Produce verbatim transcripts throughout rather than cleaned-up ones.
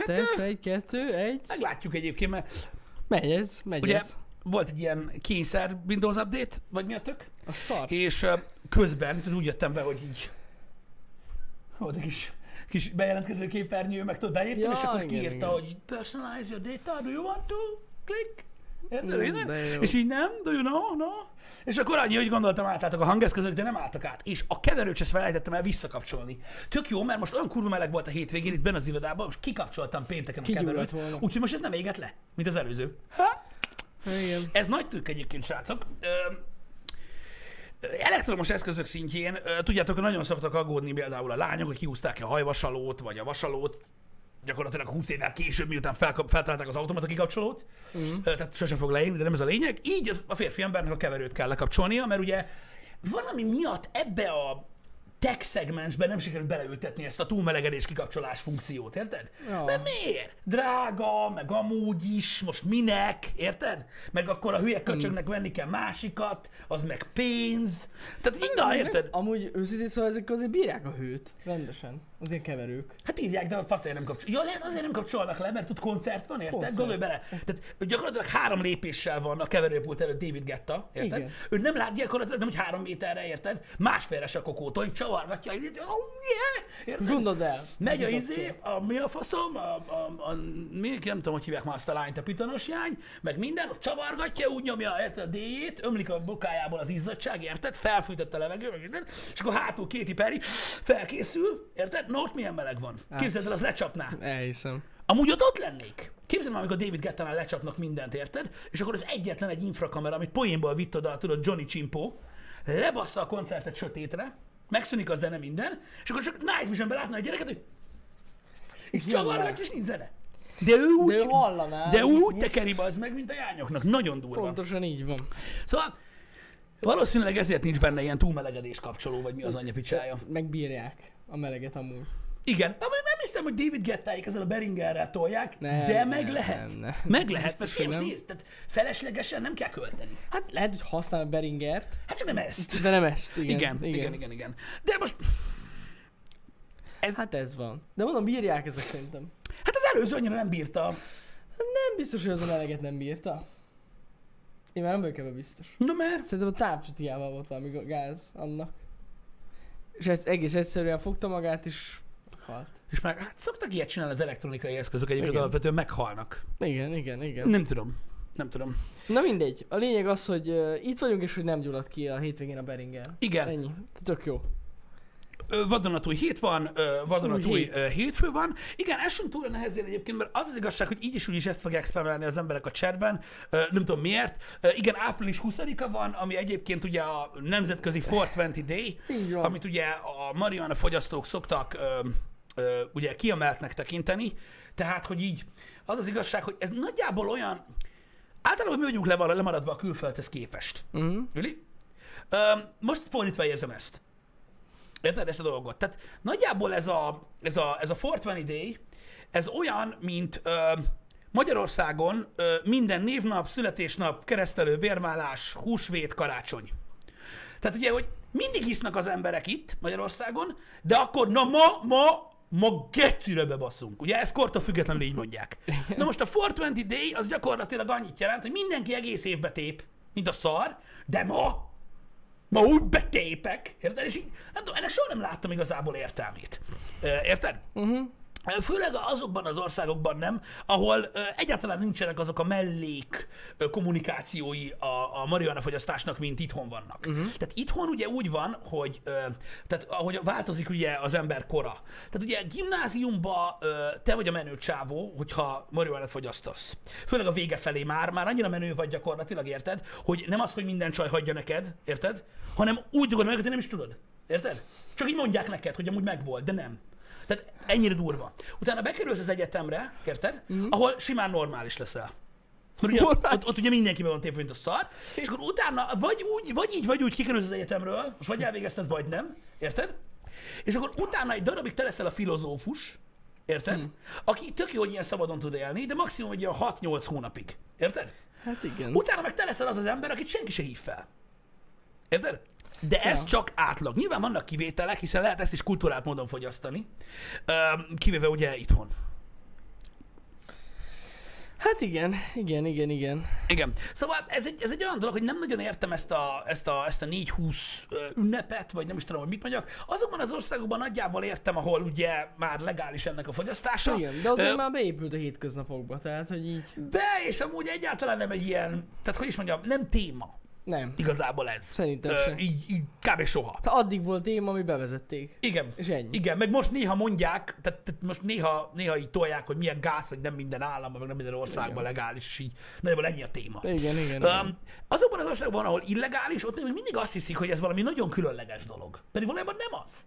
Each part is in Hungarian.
kettő. Teszt, egy, kettő, egy. Meglátjuk egyébként, mert Megy ez, megy ugye ez. volt egy ilyen kényszer Windows update, vagy mi a tök? A szar. És uh, közben úgy jöttem be, hogy így volt egy kis, kis bejelentkező képernyő, meg tudod, beírtam, Ja, és akkor igen, kiírta, igen. hogy personalize your data, do you want to click? Érted? Mm, Érted? de jó. És így nem, do you know, no? És akkor annyi, hogy gondoltam, átálltak a hangeszközök, de nem álltak át. És a keverőt sem felejtettem el visszakapcsolni. Tök jó, mert most olyan kurva meleg volt a hétvégén itt benne az irodában, most kikapcsoltam pénteken a Kigyulladt keverőt, volna. úgyhogy most ez nem égett le, mint az előző. Ha? Igen. Ez nagy trükk egyébként, srácok. Ö, elektromos eszközök szintjén, ö, tudjátok, hogy nagyon szoktak aggódni például a lányok, hogy kihúzták a hajvasalót, vagy a vasalót, gyakorlatilag húsz évvel később, miután felkap, feltalálták az automata kikapcsolót, mm. tehát sose fog leégni, de nem ez a lényeg. Így az, a férfi embernek a keverőt kell lekapcsolnia, mert ugye valami miatt ebbe a tech szegmensben nem sikerült beleültetni ezt a túlmelegedés kikapcsolás funkciót, érted? Ja. Mert miért? Drága, meg amúgy is, most minek, érted? Meg akkor a hülye köcsögnek venni kell másikat, az meg pénz. Tehát így, na, érted? Amúgy őszintén szóval ezek azért bírják a hőt, rendesen, az ilyen keverők. Hát bírják, de a faszért nem kapcsolnak. Ja, lehet azért nem kapcsolnak le, mert tud koncert van, érted? Koncert. Gondolj bele. Tehát gyakorlatilag három lépéssel van a keverőpult előtt David Guetta, érted? Igen. Ő nem lát gyakorlatilag, nem hogy három méterre, érted? Másfélre se a kokótól, így csavargatja, így, oh, yeah, érted? Gondold el. Megy a Gondold izé, el. a, mi a faszom, a, a, a, mi, nem tudom, hogy hívják már azt a lányt, a pitanos jány, meg minden, ott csavargatja, úgy nyomja érted, a D-jét, ömlik a bokájából az izzadság, érted? Felfújtott a levegő, meg minden, és akkor hátul két peri felkészül, érted? No, ott milyen meleg van. Képzeld el, az lecsapná. Elhiszem. Amúgy ott ott lennék. Képzeld már, amikor David Guetta-nál lecsapnak mindent, érted? És akkor az egyetlen egy infrakamera, amit poénból vitt oda, tudod, Johnny Csimpo, lebassza a koncertet sötétre, megszűnik a zene minden, és akkor csak Night Vision-ben látna egy gyereket, hogy és csavargatja, és nincs zene. De ő úgy, De ő hallaná. de ő úgy Most tekeri az meg, mint a jányoknak. Nagyon durva. Pontosan így van. Szóval valószínűleg ezért nincs benne ilyen túlmelegedés kapcsoló, vagy mi az anyja picsája. Megbírják a meleget amúgy. Igen, de nem hiszem, hogy David Guettáik ezzel a Beringerrel tolják, Nem, de nem, meg lehet. nem, nem. Meg lehet, Biztos, mert figyelj, hogy most nem. nézd, tehát feleslegesen nem kell költeni. Hát lehet, hogy használ a Beringert, Hát csak nem ezt. de nem ezt. Igen, Igen, igen, igen, igen, igen. De most, Hát ez van. De mondom, bírják ezek szerintem. hát az előző annyira nem bírta. Nem biztos, hogy az a meleget nem bírta. Én már nem vagyok ebben biztos. Na mert? Szerintem a tápcsutiával volt valami gáz annak. És ez egész egyszerűen fogta magát, és halt. És már hát szoktak ilyet csinálni az elektronikai eszközök, egyébként Igen. alapvetően meghalnak. Igen, igen, igen. Nem tudom. Nem tudom. Na mindegy. A lényeg az, hogy uh, itt vagyunk, és hogy nem gyulladt ki a hétvégén a Beringer. Igen. Ennyi. Tök jó. Ö, vadonatúj hét van, ö, vadonatúj Új hét. ö, hétfő van. Igen, esünk túl a nehezén egyébként, mert az az igazság, hogy így is úgy is ezt fogják spamelni az emberek a chatben. Ö, nem tudom miért. Ö, igen, április huszadika van, ami egyébként ugye a nemzetközi négyszázhúsz Day, Így van. amit ugye a marihuana fogyasztók szoktak ö, ö, ugye kiemeltnek tekinteni. Tehát, hogy így az az igazság, hogy ez nagyjából olyan, általában mi vagyunk levar- lemaradva a külföldhez képest. Uh-huh. Üli? Ö, most fordítva érzem ezt. Érted ezt a dolgot? Tehát nagyjából ez a, ez a, ez a négyszázhúsz Day, ez olyan, mint ö, Magyarországon ö, minden névnap, születésnap, keresztelő, vérmálás, húsvét, karácsony. Tehát ugye, hogy mindig isznak az emberek itt Magyarországon, de akkor na ma, ma, ma gettűre bebasszunk. Ugye ezt kortól függetlenül így mondják. Na most a négyszázhúsz Day az gyakorlatilag annyit jelent, hogy mindenki egész évbe tép, mint a szar, de ma Ma úgy betépek, érted? És így, nem tudom, ennek soha nem láttam igazából értelmét. Ö, Érted? Uh-huh. Főleg azokban az országokban nem, ahol ö, egyáltalán nincsenek azok a mellék ö, kommunikációi a, a marihuana fogyasztásnak, mint itthon vannak. Uh-huh. Tehát itthon ugye úgy van, hogy ö, tehát ahogy változik ugye az ember kora. Tehát ugye gimnáziumba ö, te vagy a menő csávó, hogyha marihuanát fogyasztasz. Főleg a vége felé már, már annyira menő vagy gyakorlatilag, érted? Hogy nem az, hogy minden csaj hagyja neked, érted? Hanem úgy dugod meg, hogy te nem is tudod. Érted? Csak így mondják neked, hogy amúgy megvolt, de nem. Tehát ennyire durva. Utána bekerülsz az egyetemre, érted? Mm. Ahol simán normális leszel. Mert ugye ott, ott ugye mindenkiben van tépve, mint a szar, és akkor utána vagy úgy, vagy így, vagy úgy kikerülsz az egyetemről, most vagy elvégezted, vagy nem, érted? És akkor utána egy darabig te leszel a filozófus, érted? Mm. Aki tök jó, hogy ilyen szabadon tud élni, de maximum egy ilyen hat-nyolc hónapig, érted? Hát igen. Utána meg te leszel az az ember, akit senki se hív fel. Érted? De ez Ja. csak átlag. Nyilván vannak kivételek, hiszen lehet ezt is kulturált módon fogyasztani, kivéve ugye itthon. Hát igen, igen, igen, igen. Igen. Szóval ez egy, ez egy olyan dolog, hogy nem nagyon értem ezt a, ezt a, ezt a négy húsz ünnepet, vagy nem is tudom, hogy mit mondjak. Azokban az országokban nagyjából értem, ahol ugye már legális ennek a fogyasztása. Igen, de azért Ö, már beépült a hétköznapokba, tehát hogy így... Be, és amúgy egyáltalán nem egy ilyen, tehát hogy is mondjam, nem téma. Nem. Igazából ez. Szerintem Ö, sem. így, így kb. Soha. Tehát addig volt téma, ami bevezették. Igen. És ennyi. Igen, meg most néha mondják, tehát, tehát most néha, néha így tolják, hogy milyen gáz, hogy nem minden államban, meg nem minden országban Igen. legális, és így nagyjából ennyi a téma. Igen, igen, Um, igen. azokban az országokban, ahol illegális, ott még mindig azt hiszik, hogy ez valami nagyon különleges dolog. Pedig valójában nem az.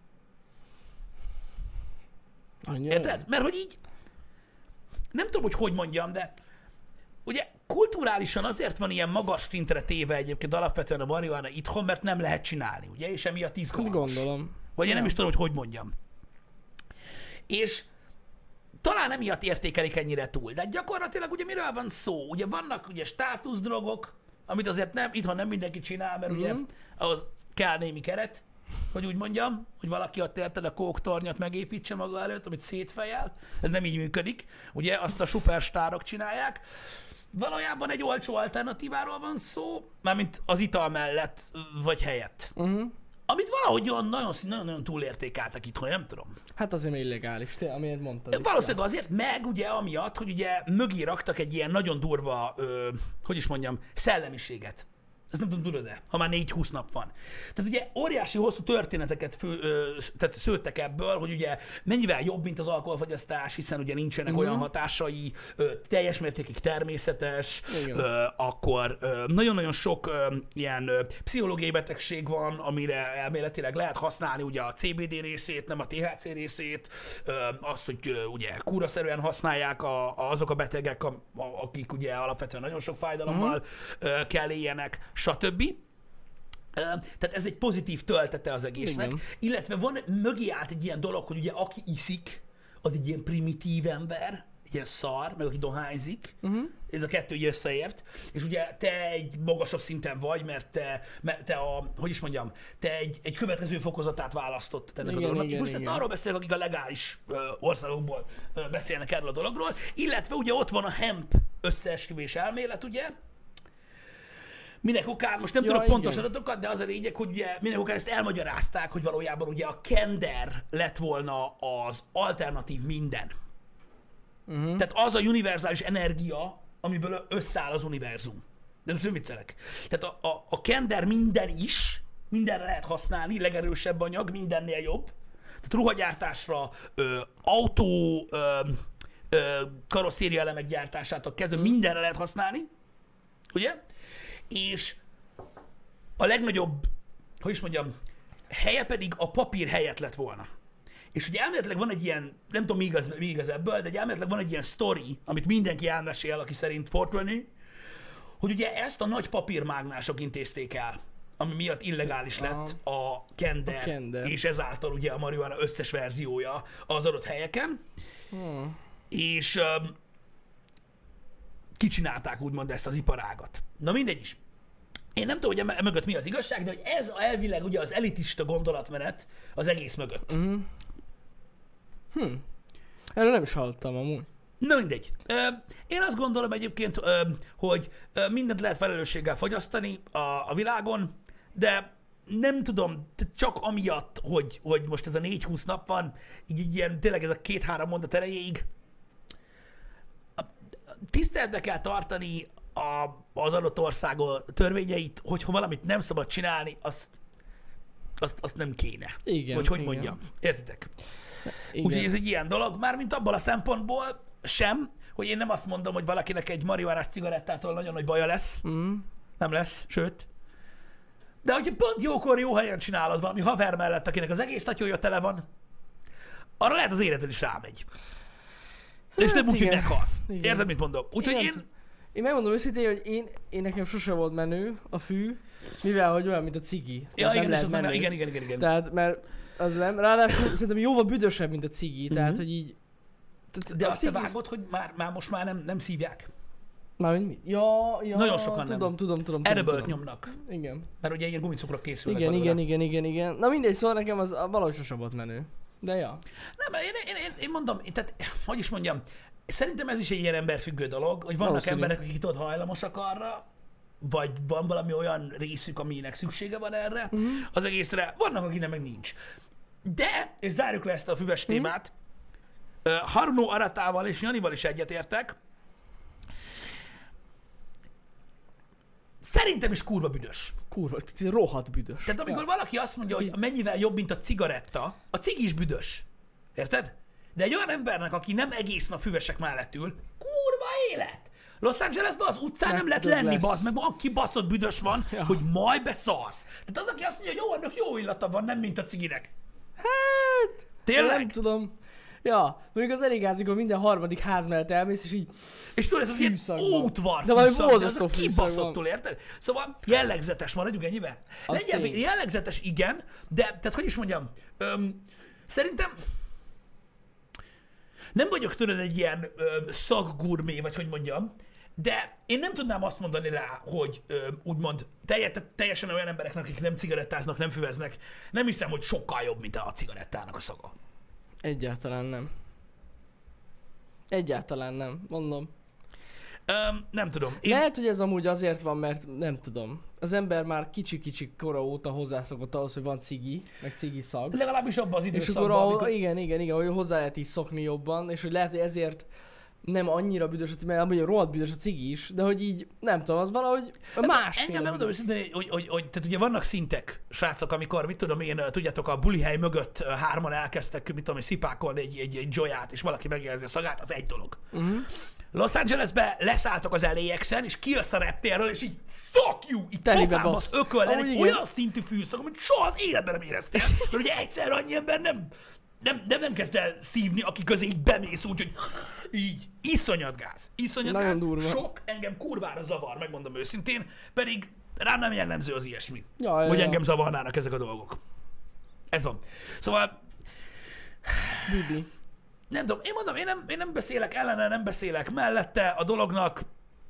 Annyira Érted? nem. Mert hogy így, nem tudom, hogy hogy mondjam, de ugye kulturálisan azért van ilyen magas szintre téve egyébként alapvetően a marihuana itthon, mert nem lehet csinálni, ugye? És emiatt izgalmas. Gondolom. Vagy én nem Ja. is tudom, hogy hogy mondjam. És talán emiatt értékelik ennyire túl. De gyakorlatilag ugye miről van szó? Ugye vannak ugye státuszdrogok, amit azért nem, itthon nem mindenki csinál, mert ugye Mhm. ahhoz kell némi keret, hogy úgy mondjam, hogy valaki ott érted a kóktornyat megépítse maga előtt, amit szétfejel. Ez nem így működik. Ugye azt a szuperstárok csinálják. Valójában egy olcsó alternatíváról van szó, mármint az ital mellett, vagy helyett. Uh-huh. Amit valahogy olyan nagyon, nagyon, nagyon túlértékeltek itthon, nem tudom. Hát azért még illegális, te, amiért mondtad. itt. Valószínűleg azért, meg ugye amiatt, hogy ugye mögé raktak egy ilyen nagyon durva, ö, hogy is mondjam, szellemiséget. Ezt nem tudom, tudod-e, ha már négy húsz nap van. Tehát ugye óriási hosszú történeteket fő, ö, tehát szőttek ebből, hogy ugye mennyivel jobb, mint az alkoholfogyasztás, hiszen ugye nincsenek Mhm. olyan hatásai, ö, teljes mértékig természetes, Igen. ö, akkor ö, nagyon-nagyon sok ö, ilyen ö, pszichológiai betegség van, amire elméletileg lehet használni ugye a cé bé dé részét, nem a té há cé részét, ö, azt, hogy ö, ugye kúraszerűen használják a, azok a betegek, a, a, akik ugye alapvetően nagyon sok fájdalommal ö, kell éljenek, stb. Ö, Tehát ez egy pozitív töltete az egésznek. Igen. Illetve van mögé át egy ilyen dolog, hogy ugye aki iszik, az egy ilyen primitív ember, egy ilyen szar, meg aki dohányzik. Uh-huh. Ez a kettő így összeért. És ugye te egy magasabb szinten vagy, mert te, mert te a, hogy is mondjam, te egy, egy következő fokozatát választottad ennek Igen, a dolognak. igen, Most igen. ezt arról beszélek, akik a legális ö, országokból ö, beszélnek erről a dologról. Illetve ugye ott van a hemp összeesküvés elmélet, ugye? Minek okán, most nem Ja, tudok pontos igen. adatokat, de az a lényeg, hogy ugye minek okán ezt elmagyarázták, hogy valójában ugye a kender lett volna az alternatív minden. Uh-huh. Tehát az a univerzális energia, amiből összeáll az univerzum. De most nem viccelek. Tehát a, a, a kender minden is, mindenre lehet használni, legerősebb anyag, mindennél jobb. Tehát ruhagyártásra, ö, autó, ö, ö, karosszéria elemek gyártásától kezdve mindenre lehet használni. Ugye? És a legnagyobb, hogy is mondjam, helye pedig a papír helyett lett volna. És ugye elméletileg van egy ilyen, nem tudom mi igaz, mi igaz ebből, de egy elméletileg van egy ilyen sztori, amit mindenki elmesél, aki szerint négyszázhetven, hogy ugye ezt a nagy papírmágnások intézték el, ami miatt illegális lett a kender, A kender. és ezáltal ugye a marihuana összes verziója az adott helyeken. Hmm. És um, kicsinálták úgymond ezt az iparágat. Na mindegy is. Én nem tudom, hogy e mögött mi az igazság, de hogy ez elvileg ugye az elitista gondolatmenet az egész mögött. Uh-huh. Hm. Erről nem is hallottam amúgy. Na mindegy. Ö, Én azt gondolom egyébként, ö, hogy ö, mindent lehet felelősséggel fogyasztani a, a világon, de nem tudom, csak amiatt, hogy, hogy most ez a négy húsz nap van, így, így ilyen, tényleg ez a két-három mondat erejéig, tiszteletbe kell tartani a, az adott ország törvényeit, hogyha valamit nem szabad csinálni, azt, azt, azt nem kéne. Igen, Vagy hogy igen. mondjam. Értitek? Igen. Úgyhogy ez egy ilyen dolog, mármint abból a szempontból sem, hogy én nem azt mondom, hogy valakinek egy marihuánás cigarettától nagyon nagy baja lesz. Mm. Nem lesz, sőt. De hogyha pont jókor, jó helyen csinálod valami haver mellett, akinek az egész tatyója tele van, arra lehet az életed is rámegy. Hát és nem úgy, hogy igen. meghalsz. Igen. Érted, mit mondok? Úgyhogy nem én... tud- Én megmondom őszintén, hogy én, én nekem sose volt menő a fű, mivel hogy olyan, mint a cigi. Ja, Tehát igen, és lehet az nem, menő. igen, igen, igen, igen. Tehát, mert az nem, ráadásul szerintem jóval büdösebb, mint a cigi, tehát, Mhm. hogy így... Tehát De a azt te vágod, hogy már, már most már nem, nem szívják. Mármint mi? Ja, ja, Nagyon sokan nem. tudom, tudom, tudom, tudom, Erőbölt tudom. nyomnak. Igen. Mert ugye ilyen gumicukrok készülnek Igen, belőle. igen, igen, igen, igen. Na mindegy, szóval nekem az valahogy sose volt menő. De ja. Nem, én, én, én, én mondom, tehát, hogy is mondjam, szerintem ez is egy ilyen emberfüggő dolog, hogy vannak Valószínű. emberek, akik tudod hajlamosak arra, vagy van valami olyan részük, aminek szüksége van erre, uh-huh. az egészre, vannak, akinek meg nincs. De, és zárjuk le ezt a füves uh-huh. témát, uh, Harnó Aratával és Janival is egyetértek, szerintem is kurva büdös. Kurva, rohadt büdös. Tehát amikor ja. valaki azt mondja, hogy mennyivel jobb, mint a cigaretta, a cigi is büdös. Érted? De egy olyan embernek, aki nem egész nap füvesek mellett ül, kurva élet! Los Angelesben az utcán nem, nem lehet lenni, bazd, meg van kibaszott büdös van, ja. hogy majd beszarsz. Tehát az, aki azt mondja, hogy jó, annak jó illata van, nem mint a ciginek. Hát... Tényleg? Nem tudom. Ja, mondjuk az elég amikor minden harmadik ház mellett elmész, és így... És tudod, ez az ilyen ótvar de valami fűszag, borzasztó ez a kibaszottul, érted? Szóval jellegzetes, maradjunk ennyibe. Legyen jellegzetes, igen, de, tehát hogy is mondjam, öm, szerintem nem vagyok tudod egy ilyen ö, szaggurmé, vagy hogy mondjam, de én nem tudnám azt mondani rá, hogy ö, úgymond telje, teljesen olyan embereknek, akik nem cigarettáznak, nem füveznek, nem hiszem, hogy sokkal jobb, mint a cigarettának a szaga. Egyáltalán nem. Egyáltalán nem, mondom. Um, nem tudom. Én... Lehet, hogy ez amúgy azért van, mert nem tudom. Az ember már kicsi-kicsi kora óta hozzászokott ahhoz, hogy van cigi, meg cigi szag. Legalábbis abban az időszakban, és akkor ahol, amikor... igen, igen, igen, hogy hozzá lehet így szokni jobban, és hogy lehet, hogy ezért nem annyira büdös a cigi, mert amúgy rohadt büdös a cigi is, de hogy így, nem tudom, az valahogy másfél. Engem nem tudom őszintén, hogy, hogy, hogy, tehát ugye vannak szintek, srácok, amikor, mit tudom én, tudjátok, a bulihely mögött hárman elkezdtek, mit tudom én, szipákolni egy, egy, egy joyát, és valaki megjelzi a szagát, az egy dolog. Uh-huh. Los Angelesbe leszálltak az el á iksz-en, és kijössz a reptérről, és így fuck you, így pofám az ököllen, egy igen. olyan szintű fűszak, amit soha az életben nem éreztél. Mert ugye egyszer annyi ember nem, nem, nem, nem kezd el szívni, aki közé így bemész úgy, hogy így iszonyat gáz. Iszonyat nagyon gáz. Durva. Sok engem kurvára zavar, megmondom őszintén, pedig rám nem jellemző az ilyesmi, ja, ja, hogy ja. engem zavarnának ezek a dolgok. Ez van. Szóval... Bibi. Nem tudom, én mondom, én nem, én nem beszélek ellene, nem beszélek mellette a dolognak.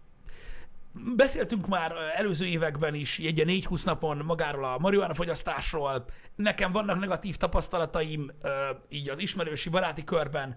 Beszéltünk már előző években is, egy ilyen négy-húsz napon magáról a marihuána fogyasztásról. Nekem vannak negatív tapasztalataim így az ismerősi baráti körben,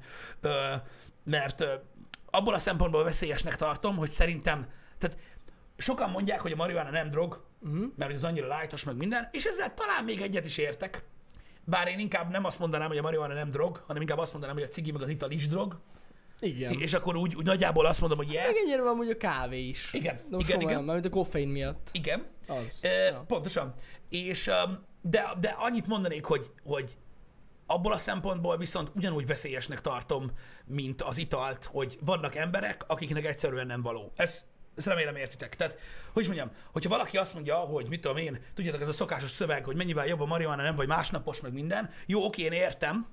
mert abból a szempontból veszélyesnek tartom, hogy szerintem, tehát sokan mondják, hogy a marihuána nem drog, uh-huh. mert az annyira lightos meg minden, és ezzel talán még egyet is értek. Bár én inkább nem azt mondanám, hogy a marihuána nem drog, hanem inkább azt mondanám, hogy a cigi meg az ital is drog. Igen. És akkor úgy, úgy nagyjából azt mondom, hogy yeah. Meg ennyire van, hogy a kávé is. Igen, de igen, igen. Már, mint a koffein miatt. Igen. Az. E, ja. Pontosan. És, de, de annyit mondanék, hogy, hogy abból a szempontból viszont ugyanúgy veszélyesnek tartom, mint az italt, hogy vannak emberek, akiknek egyszerűen nem való. Ez, ezt remélem értitek. Tehát, hogy is mondjam, hogyha valaki azt mondja, hogy mit tudom én, tudjátok, ez a szokásos szöveg, hogy mennyivel jobb a marihuána, nem vagy másnapos, meg minden. Jó, oké, én értem,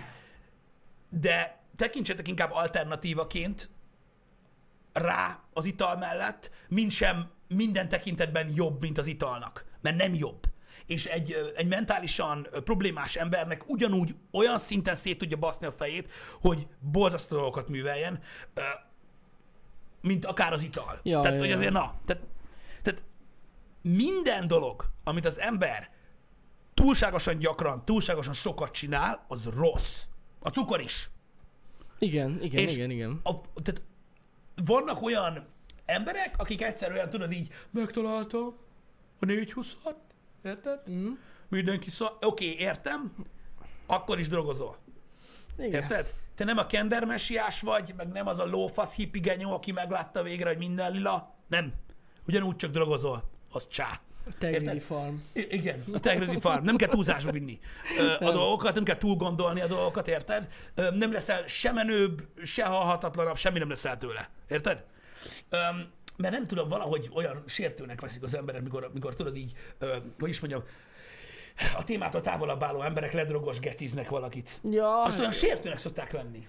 de tekintsetek inkább alternatívaként rá az ital mellett, mint sem minden tekintetben jobb, mint az italnak. Mert nem jobb. És egy, egy mentálisan problémás embernek ugyanúgy olyan szinten szét tudja baszni a fejét, hogy borzasztó dolgokat műveljen, mint akár az ital. Ja, tehát, ja, hogy azért na. Tehát, tehát minden dolog, amit az ember túlságosan gyakran, túlságosan sokat csinál, az rossz. A cukor is. Igen, igen, és igen, igen. A, tehát vannak olyan emberek, akik egyszerűen tudod így, megtalálta a négyszázhúszat, érted? Mm. Mindenki szó... Oké, okay, értem, akkor is drogozol. Igen. Érted? Te nem a Kender messiás vagy, meg nem az a lófasz hippigenyó, aki meglátta végre, hogy minden lila. Nem. Ugyanúgy csak drogozol. Az csá. A Tegridi Farm. I- igen, a Tegridi Farm. Nem kell túlzásba vinni ö, a nem. dolgokat, nem kell túl gondolni a dolgokat, érted? Ö, nem leszel se menőbb, se halhatatlanabb, semmi nem leszel tőle. Érted? Ö, mert nem tudom, valahogy olyan sértőnek veszik az emberek, mikor, mikor tudod így, ö, hogy is mondjam, a témától távolabb álló emberek ledrogos geciznek valakit. Ja. Azt olyan sértőnek szokták venni.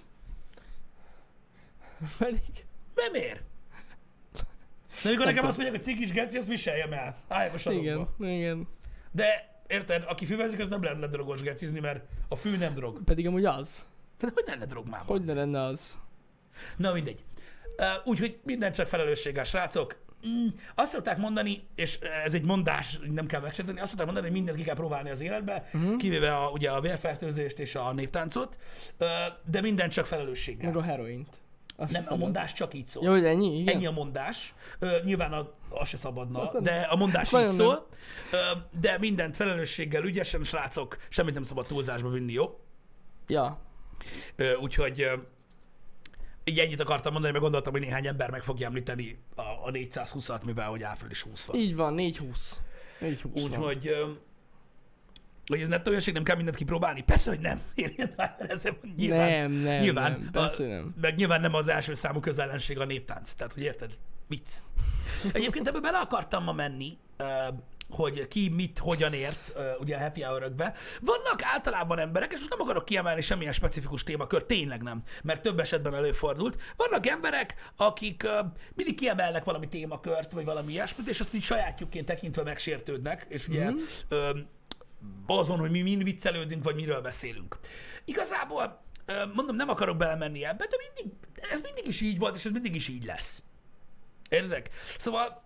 Pedig... De miért? De amikor nekem azt mondják, hogy cigis geci, azt viseljem el. Álljak a sarokba. Igen, igen. De érted, aki füvezik, az nem lenne drogos gecizni, mert a fű nem drog. Pedig amúgy az. Tehát hogy lenne drog már? Hogy ne lenne az? Na mindegy. Uh, úgyhogy minden csak felelősséggel, srácok. mm, azt szokták mondani, és ez egy mondás, nem kell megsérteni, azt szokták mondani, hogy mindent ki kell próbálni az életbe, uh-huh. kivéve a, ugye a vérfertőzést és a névtáncot, de minden csak felelősséggel. Meg a heroint. Azt Nem, a mondás csak így szól. Jó, hogy ennyi? Igen? Ennyi a mondás. Ö, nyilván a, az se szabadna, de a mondás Nagyon így szól. Ö, de mindent felelősséggel, ügyesen, srácok, semmit nem szabad túlzásba vinni, jó? Ja. Ö, úgyhogy ö, így ennyit akartam mondani, mert gondoltam, hogy néhány ember meg fogja említeni a, a négyszázhúszat, mivel hogy április húsz van. Így van, négy húsz. négy húsz Úgyhogy, ö, hogy ez nettó olyaség, nem kell mindent kipróbálni? Persze, hogy nem. Én ilyen ezzel nyilván. Nem, nem, nyilván, nem, persze a, nem. Meg nyilván nem az első számú közellenség a néptánc. Tehát, hogy érted? Vicc. Egyébként ebből bele akartam ma menni, hogy ki mit, hogyan ért ugye a happy hour-ökbe. Vannak általában emberek, és most nem akarok kiemelni semmilyen specifikus témakör, tényleg nem, mert több esetben előfordult. Vannak emberek, akik mindig kiemelnek valami témakört, vagy valami ilyesmit, és azt így sajátjukként tekintve megsértődnek, és ugye mm-hmm. azon, hogy mi mind viccelődünk, vagy miről beszélünk. Igazából, mondom, nem akarok belemenni ebbe, de mindig, ez mindig is így volt, és ez mindig is így lesz. Érted? Szóval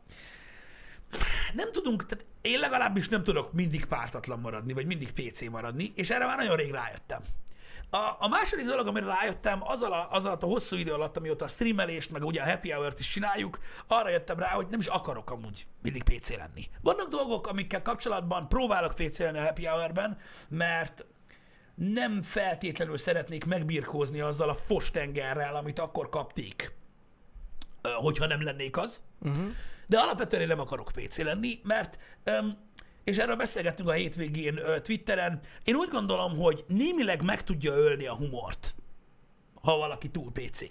nem tudunk, tehát én legalábbis nem tudok mindig pártatlan maradni, vagy mindig pé cé maradni, és erre már nagyon rég rájöttem. A, a második dolog, amire rájöttem, az alatt, az alatt a hosszú idő alatt, amióta a streamelést, meg ugye a happy hour-t is csináljuk, arra jöttem rá, hogy nem is akarok amúgy mindig pé cé lenni. Vannak dolgok, amikkel kapcsolatban próbálok pé cé lenni a happy hour-ben, mert nem feltétlenül szeretnék megbirkózni azzal a fostengerrel, amit akkor kapték, hogyha nem lennék az. Uh-huh. De alapvetően én nem akarok pé cé lenni, mert, um, és erről beszélgettünk a hétvégén uh, Twitteren, én úgy gondolom, hogy némileg meg tudja ölni a humort, ha valaki túl pé cé.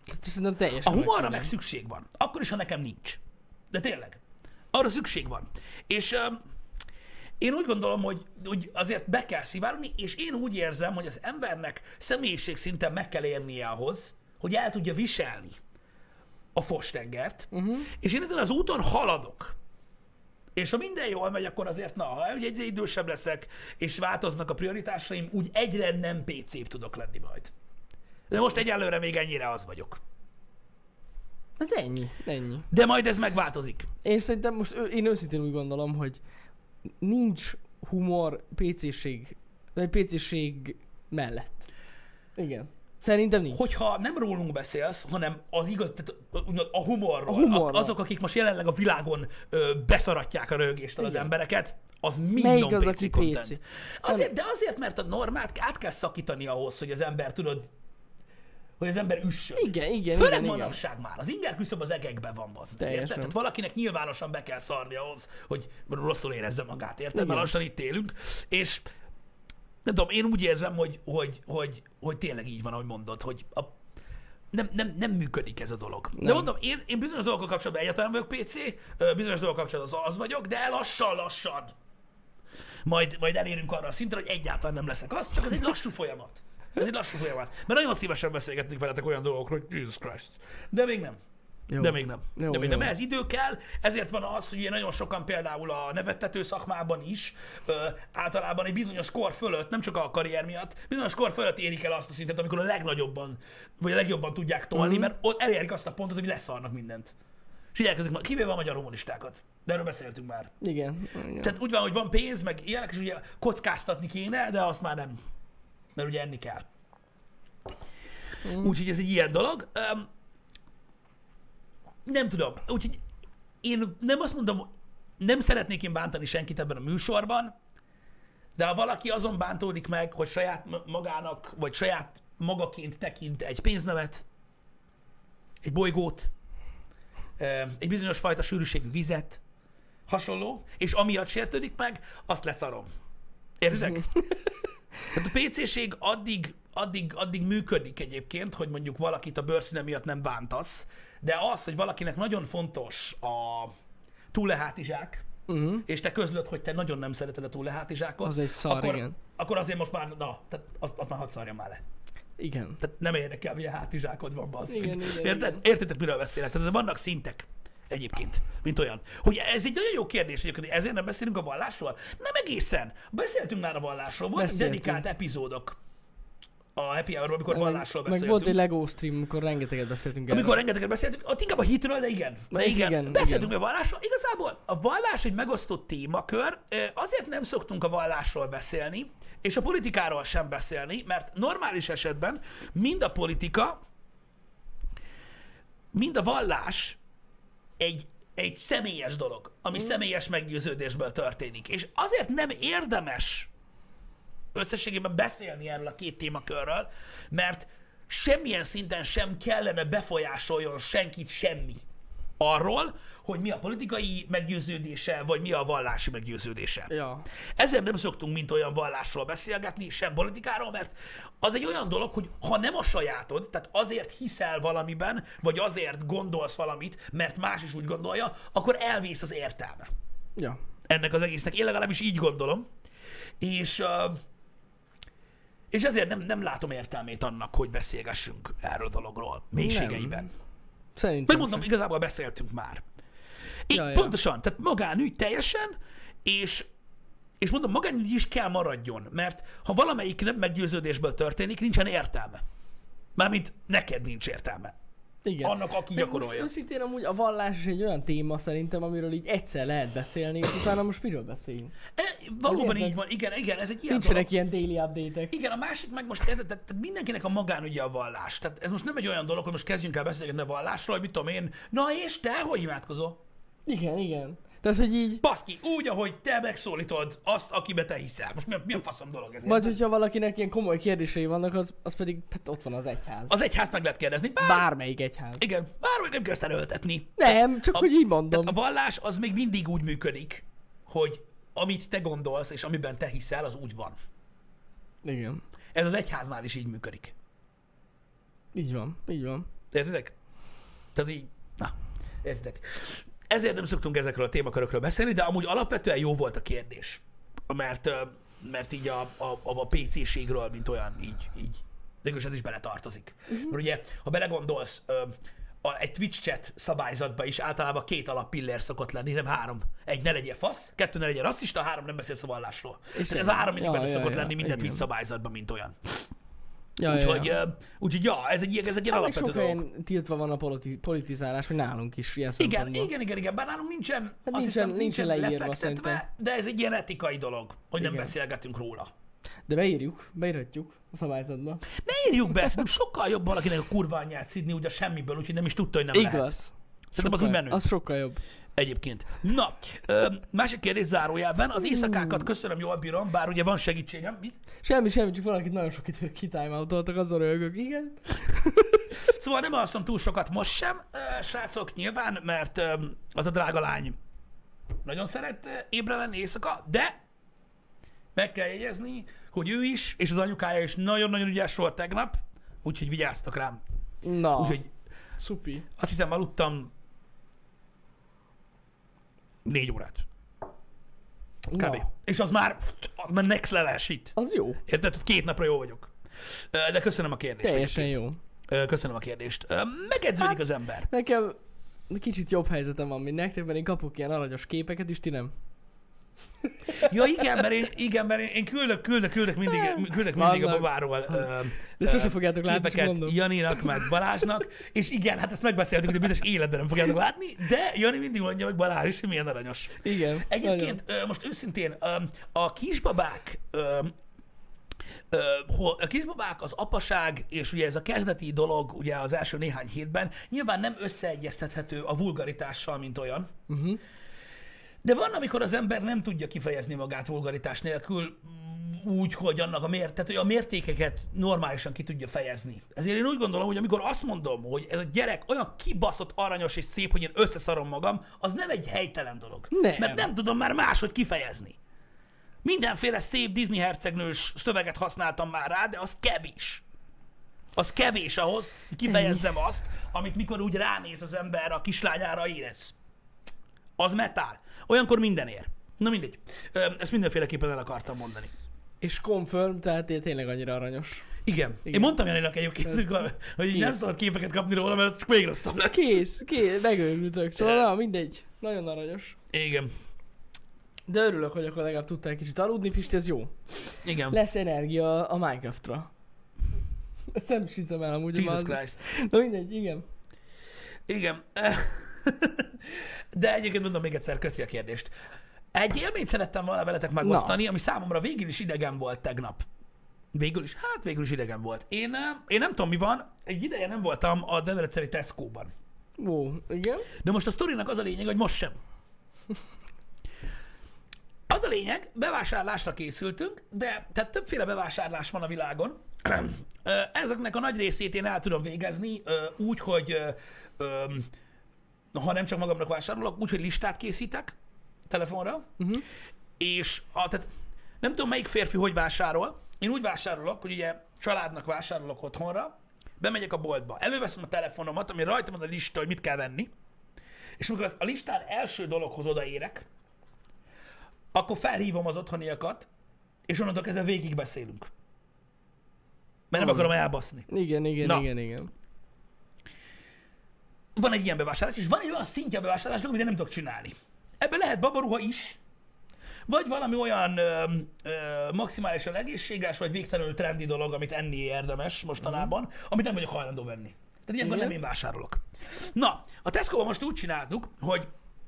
A humorra meg szükség van. Akkor is, ha nekem nincs. De tényleg. Arra szükség van. És um, én úgy gondolom, hogy, hogy azért be kell szivárogni, és én úgy érzem, hogy az embernek személyiség szinten meg kell érnie ahhoz, hogy el tudja viselni a fostengert, uh-huh. és én ezen az úton haladok. És ha minden jól megy, akkor azért, na, ha egyre idősebb leszek, és változnak a prioritásaim, úgy egyre nem pé cé-b tudok lenni majd. De most egyelőre még ennyire az vagyok. Hát ennyi, ennyi. De majd ez megváltozik. Én szerintem most, én őszintén úgy gondolom, hogy nincs humor pé cé-ség, vagy pé cé-ség mellett. Igen. Szerintem nincs. Hogyha nem rólunk beszélsz, hanem az igaz, tehát a humorról, a humorról. azok, akik most jelenleg a világon ö, beszaratják a röhögéstől az embereket, az mind Melyik non az, pé cé aki content. pé cé? Azért, de azért, mert a normát át kell szakítani ahhoz, hogy az ember, tudod, hogy az ember üssön. Igen, igen, Főleg igen, manapság igen. Már. Az inger küszöb az egekben van, az. Érted? Tehát valakinek nyilvánosan be kell szarni ahhoz, hogy rosszul érezze magát, érted? Mert lassan itt élünk. És nem tudom, én úgy érzem, hogy, hogy, hogy, hogy tényleg így van, ahogy mondod, hogy a, nem, nem, nem működik ez a dolog. Nem. De mondom, én, én bizonyos dolgokkal kapcsolatban egyáltalán vagyok pé cé, bizonyos dolgokkal kapcsolatban az, az vagyok, de lassan-lassan majd, majd elérünk arra a szintre, hogy egyáltalán nem leszek az, csak ez egy lassú folyamat. Ez egy lassú folyamat. Mert nagyon szívesen beszélgetnék veletek olyan dolgokról, hogy Jesus Christ. De még nem. Jó. De még nem. Jó, De még jó. nem. Ez idő kell, ezért van az, hogy nagyon sokan például a nevettető szakmában is ö, általában egy bizonyos kor fölött, nem csak a karrier miatt, bizonyos kor fölött érik el azt a szintet, amikor a legnagyobban, vagy a legjobban tudják tolni, uh-huh. mert ott elérik azt a pontot, hogy leszarnak mindent. És így elkezdik, kivéve a magyar humoristákat. De erről beszéltünk már. Igen. Igen. Tehát úgy van, hogy van pénz, meg ilyenek, és ugye kockáztatni kéne, de azt már nem. Mert ugye enni kell. Uh-huh. Úgyhogy ez egy ilyen dolog. Um, Nem tudom, úgyhogy én nem azt mondom, nem szeretnék én bántani senkit ebben a műsorban, de ha valaki azon bántódik meg, hogy saját magának, vagy saját magaként tekint egy pénznevet, egy bolygót, egy bizonyos fajta sűrűségű vizet, hasonló, és amiatt sértődik meg, azt leszarom. Értitek? Tehát a pé cé-ség addig, addig, addig működik egyébként, hogy mondjuk valakit a bőrszíne miatt nem bántasz, de az, hogy valakinek nagyon fontos a túllehátizsák, uh-huh. és te közlöd, hogy te nagyon nem szereted a túllehátizsákot, az egy szar, akkor, igen. akkor azért most már, na, tehát azt, azt már hadd szarjam már le. Igen. Tehát nem érdekel, milyen hátizsákod van, bazd igen, igen, Érted? igen. Értitek, miről beszélek? Tehát vannak szintek egyébként, mint olyan. Hogy ez egy nagyon jó kérdés, hogy ezért nem beszélünk a vallásról? Nem egészen. Beszéltünk már a vallásról, voltak dedikált epizódok a happy hour-ban, amikor meg, vallásról meg beszéltünk. volt egy Lego stream, amikor rengeteget beszéltünk Amikor erről. rengeteget beszéltünk, ott inkább a hitről, de igen. De igen, igen, beszéltünk igen. a vallásról. Igazából a vallás egy megosztott témakör, azért nem szoktunk a vallásról beszélni, és a politikáról sem beszélni, mert normális esetben mind a politika, mind a vallás egy, egy személyes dolog, ami mm. személyes meggyőződésből történik. És azért nem érdemes összességében beszélni erről a két témakörről, mert semmilyen szinten sem kellene befolyásoljon senkit semmi arról, hogy mi a politikai meggyőződése, vagy mi a vallási meggyőződése. Ja. Ezért nem szoktunk mint olyan vallásról beszélgetni, sem politikáról, mert az egy olyan dolog, hogy ha nem a sajátod, tehát azért hiszel valamiben, vagy azért gondolsz valamit, mert más is úgy gondolja, akkor elvész az értelme Ja. ennek az egésznek. Én legalábbis így gondolom. És, uh, és ezért nem, nem látom értelmét annak, hogy beszélgessünk erről a dologról. Mélységeiben. Nem. Szerintem Megmondom, sem. igazából beszéltünk már. Így, Ja, ja. pontosan, tehát magánügy teljesen, és, és mondom, magánügy is kell maradjon, mert ha valamelyik nem meggyőződésből történik, nincsen értelme. Mármint neked nincs értelme. Igen. Annak, aki Meg gyakorolja. most őszintén amúgy a vallás is egy olyan téma szerintem, amiről így egyszer lehet beszélni, és utána most miről beszéljünk? E, valóban Érted? így van, igen, igen, ez egy ilyen Nincsenek dolog. ilyen daily update-ek. Igen, a másik meg most, érted, tehát tehát mindenkinek a magánügye a vallás. Tehát ez most nem egy olyan dolog, hogy most kezdjünk el beszélgetni a vallásról, hogy mit tudom én, na és te, hogy imádkozol? Igen, igen. Tehát, hogy így, Baszki, úgy, ahogy te megszólítod azt, akibe te hiszel. Most mi a, mi a faszom dolog ez? vagy érted? hogyha valakinek ilyen komoly kérdései vannak, az, az pedig, hát ott van az egyház. Az egyház meg lehet kérdezni. Bár, Bármelyik egyház. igen, bárhogy nem kezd erőltetni. Nem, csak A- hogy így mondom. Tehát a vallás az még mindig úgy működik, hogy amit te gondolsz, és amiben te hiszel, az úgy van. Igen. Ez az egyháznál is így működik. Így van, így van. Értitek? Tehát így, na, értitek. Ezért nem szoktunk ezekről a témakörökről beszélni, de amúgy alapvetően jó volt a kérdés. Mert, ö, mert így a, a, a, a pé cé-ségről, mint olyan, így, így. De ez is beletartozik. Uh-huh. Mert ugye, ha belegondolsz, ö, a, egy Twitch chat szabályzatban is általában két alappillér szokott lenni, nem három. Egy, ne legyél fasz, kettő, ne legyél rasszista, három, nem beszélsz a vallásról. És ez a három mindig ja, benne ja, szokott ja, lenni minden igen. Twitch szabályzatban, mint olyan. Ja, Úgyhogy, ja, ja. ja. úgyhogy ja, ez egy, ilyen- ez egy ilyen Hát meg alapvető sok dolog. helyen tiltva van a politi- politizálás, hogy nálunk is ilyen Igen, szempontból. igen, igen, igen, bár nálunk nincsen, azt nincsen- hiszem, nincsen nincsen leírva lefektetve, szerintem. de ez egy ilyen etikai dolog, hogy nem Igen. beszélgetünk róla. De beírjuk, beírhatjuk a szabályzatba. Ne írjuk be, szerintem sokkal jobb valakinek a kurva anyját szidni úgy a semmiből, úgyhogy nem is tudta, hogy nem lehet. Igaz. Szerintem az úgy menő. Az sokkal jobb. Egyébként. Na, ö, másik kérdés zárójelben, az éjszakákat köszönöm, jól bírom, bár ugye van segítségem. Mit? Semmi, semmi, csak valakit nagyon sok időt kitimeoutoltak, azon röhögök, igen. Szóval nem alszom túl sokat most sem, ö, srácok, nyilván, mert ö, az a drága lány nagyon szeret ö, ébre lenni éjszaka, de meg kell jegyezni, hogy ő is, és az anyukája is nagyon-nagyon ügyes volt tegnap, úgyhogy vigyáztak rám. Na, Úgyhogy szupi. azt hiszem aludtam négy órát. Kb. Na, És az már, az már next level shit. az jó. Érted? hogy Két napra jó vagyok. Ö, De köszönöm a kérdést. Teljesen egyébként. jó. Ö, Köszönöm a kérdést. Ö, Megedződik Hát- az ember. Nekem kicsit jobb helyzetem van, mint nektek, mert én kapok ilyen aranyos képeket, és ti nem. Ja igen, mert én, igen, mert én, én küldök, küldök, küldök mindig, küldök mindig a Vannak. babáról ö, De ö, sose fogjátok látni, csak képeket mondom. Janinak, meg Balázsnak, és igen, hát ezt megbeszéltük, hogy biztos életben nem fogjátok látni, de Jani mindig mondja meg Balázs is, hogy milyen aranyos. Igen. Egyébként ö, most őszintén, ö, a kisbabák, ö, ö, hol- a kisbabák, az apaság, és ugye ez a kezdeti dolog ugye az első néhány hétben nyilván nem összeegyeztethető a vulgaritással, mint olyan. Uh-huh. De van, amikor az ember nem tudja kifejezni magát vulgaritás nélkül úgy, hogy annak a, mér, tehát, hogy a mértékeket normálisan ki tudja fejezni. Ezért én úgy gondolom, hogy amikor azt mondom, hogy ez a gyerek olyan kibaszott aranyos és szép, hogy én összeszarom magam, az nem egy helytelen dolog. Nem. Mert nem tudom már máshogy kifejezni. Mindenféle szép Disney hercegnős szöveget használtam már rá, de az kevés. Az kevés ahhoz, hogy kifejezzem azt, amit mikor úgy ránéz az ember a kislányára, érez. Az metál. Olyankor minden ér. Na mindegy. Ö, Ezt mindenféleképpen el akartam mondani. És confirm, tehát tényleg annyira aranyos. Igen. Igen. Igen. Én mondtam Janinak egyébként, hogy így nem Kész. szabad képeket kapni róla, mert az csak még rosszabb lesz. Kész, kész, megőrültök. Szóval na, mindegy. Nagyon aranyos. Igen. De örülök, hogy akkor legalább tudtál kicsit aludni, Pisti, ez jó. Igen. Lesz energia a Minecraftra. Ezt nem is hiszem el amúgy. Jesus Christ. Na mindegy, igen. Igen. De egyébként mondom még egyszer, köszi a kérdést. Egy élményt szerettem volna veletek megosztani, Na. ami számomra végül is idegen volt tegnap. Végül is? Hát végül is idegen volt. Én, én nem tudom mi van, egy ideje nem voltam a debreceni Tesco-ban. Ó, igen. De most a sztorinak az a lényeg, hogy most sem. Az a lényeg, bevásárlásra készültünk, de tehát többféle bevásárlás van a világon. Ezeknek a nagy részét én el tudom végezni úgy, hogy ha nem csak magamnak vásárolok, úgy, hogy listát készítek telefonra, uh-huh. és a, tehát nem tudom, melyik férfi hogy vásárol. Én úgy vásárolok, hogy ugye családnak vásárolok otthonra, bemegyek a boltba, előveszem a telefonomat, ami rajta van a lista, hogy mit kell venni, és amikor a listán első dologhoz odaérek, akkor felhívom az otthoniakat, és onnantól kezdve végig beszélünk. Mert nem akarom elbaszni. Igen, igen, Na. igen, igen. Van egy ilyen bevásárlás, és van egy olyan szintje a bevásárlásnak, amit nem tudok csinálni. Ebben lehet babaruha is, vagy valami olyan ö, ö, maximálisan egészséges, vagy végtelenül trendi dolog, amit enni érdemes mostanában, mm. amit nem vagyok hajlandó venni. Tehát ilyenkor nem én vásárolok. Na, a Tesco-ban most úgy csináltuk, hogy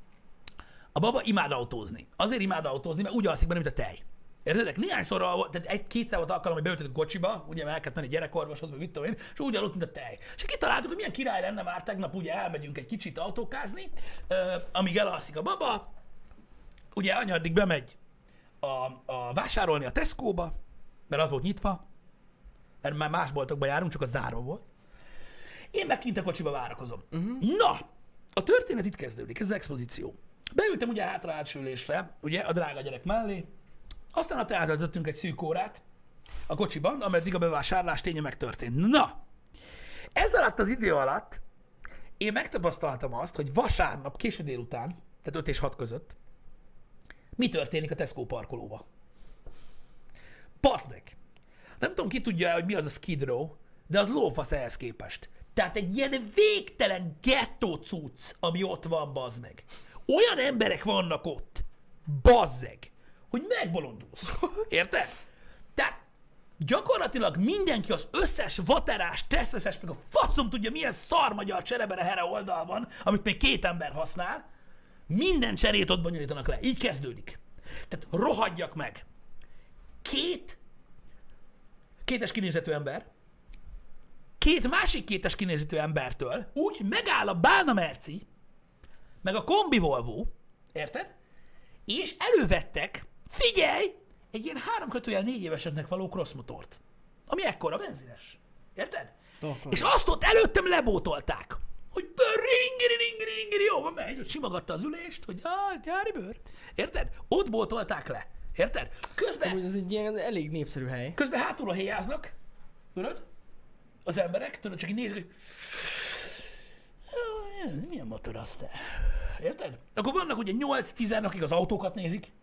a baba imád autózni. Azért imád autózni, mert úgy alszik benne, mint a tej. Értedek? Néhányszor, tehát egy-kétszer volt alkalom, hogy beültünk a kocsiba, ugye el kellett menni gyerekorvoshoz, vagy mit tudom én, és úgy aludt, mint a tej. És kitaláltuk, hogy milyen király lenne már tegnap, ugye elmegyünk egy kicsit autókázni, amíg elalszik a baba, ugye anya addig bemegy a, a vásárolni a Tesco-ba, mert az volt nyitva, mert már más boltokba járunk, csak a záró volt. Én meg kint a kocsiba várakozom. Uh-huh. Na, a történet itt kezdődik, ez az expozíció. Beültem ugye hátra átsülésre, ugye a drága gyerek mellé, aztán ott eltöltöttünk egy szűk órát a kocsiban, ameddig a bevásárlás ténye megtörtént. Na, ez alatt az idő alatt én megtapasztaltam azt, hogy vasárnap késő délután, tehát öt és hat között, mi történik a Tesco parkolóba. Baszd meg! Nem tudom, ki tudja, hogy mi az a Skid Row, de az lófasz ehhez képest. Tehát egy ilyen végtelen gettó cucc, ami ott van, bazd meg. Olyan emberek vannak ott, bazzeg, hogy megbolondulsz. Érted? Tehát gyakorlatilag mindenki, az összes vaterás, teszveszes, meg a faszom tudja, milyen szar magyar cserebere here oldal van, amit még két ember használ, minden cserét ott bonyolítanak le. Így kezdődik. Tehát rohadjak meg. Két kétes kinézetű ember, két másik kétes kinézetű embertől úgy megáll a Bálna Merci, meg a Kombi Volvo, érted? És elővettek, figyelj, egy ilyen három kötőjel négy éveseknek való crossmotort, ami ekkora benzines. Érted? Akkor. És azt ott előttem lebótolták, hogy ringiri, ringiri, ringiri, jó, van megy, hogy simogatta az ülést, hogy ah, gyári bőr. Érted? Ott bótolták le. Érted? Közben... Amúgy ez egy ilyen elég népszerű hely. Közben hátulra héjáznak, tudod? Az emberek, tudod, csak így nézik, hogy... Milyen motor az te? Érted? Akkor vannak ugye nyolc-tíz, akik az autókat nézik.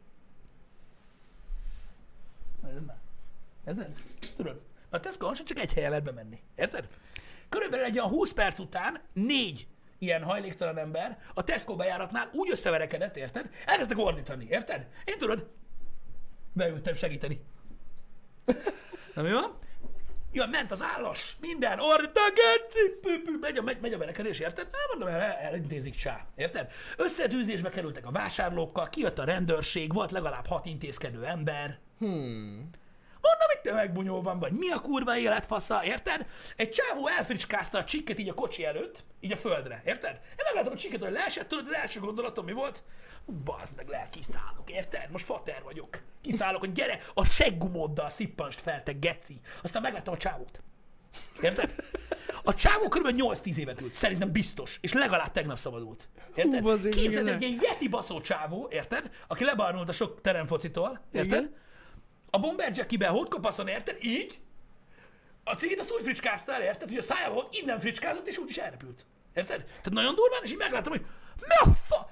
Érted? Tudod? A Tesco-on csak egy helyen lehet bemenni. Érted? Körülbelül egy olyan húsz perc után négy ilyen hajléktalan ember a Tesco bejáratnál úgy összeverekedett, érted? Elkezdtek ordítani, érted? Én tudod, beültem segíteni. Na mi van? Ja, ment az állas, minden, ordít a geci, megy a, megy, megy a verekedés, érted? Nem mondom, el, elintézik csá, érted? Összetűzésbe kerültek a vásárlókkal, kijött a rendőrség, volt legalább hat intézkedő ember. Hmm. Mondom, itt tömegbunyó van, vagy mi a kurva életfasza, érted? Egy csávó elfricskázta a csikket így a kocsi előtt, így a földre, érted? Én megláttam a csikket, hogy leesett, tudod, az első gondolatom mi volt? Bazd meg, le, kiszállok, érted? Most fater vagyok. Kiszállok, hogy gyere, a seggumóddal szippanst fel, te geci. Aztán megláttam a csávót. Érted? A csávó kb. nyolc-tíz évet ült, szerintem biztos, és legalább tegnap szabadult. Érted? Hú, Képzeld, egy ilyen yeti baszó csávó, érted? Aki lebarnult a sok teremfocitól, érted? Igen? A bomber jackiben hótkapaszon, érted? Így. A cigit azt úgy fricskázta el, érted? Hogy a szája volt, innen fricskázott, és úgy is elrepült. Érted? Tehát nagyon durván, és így megláttam, hogy mi a fa...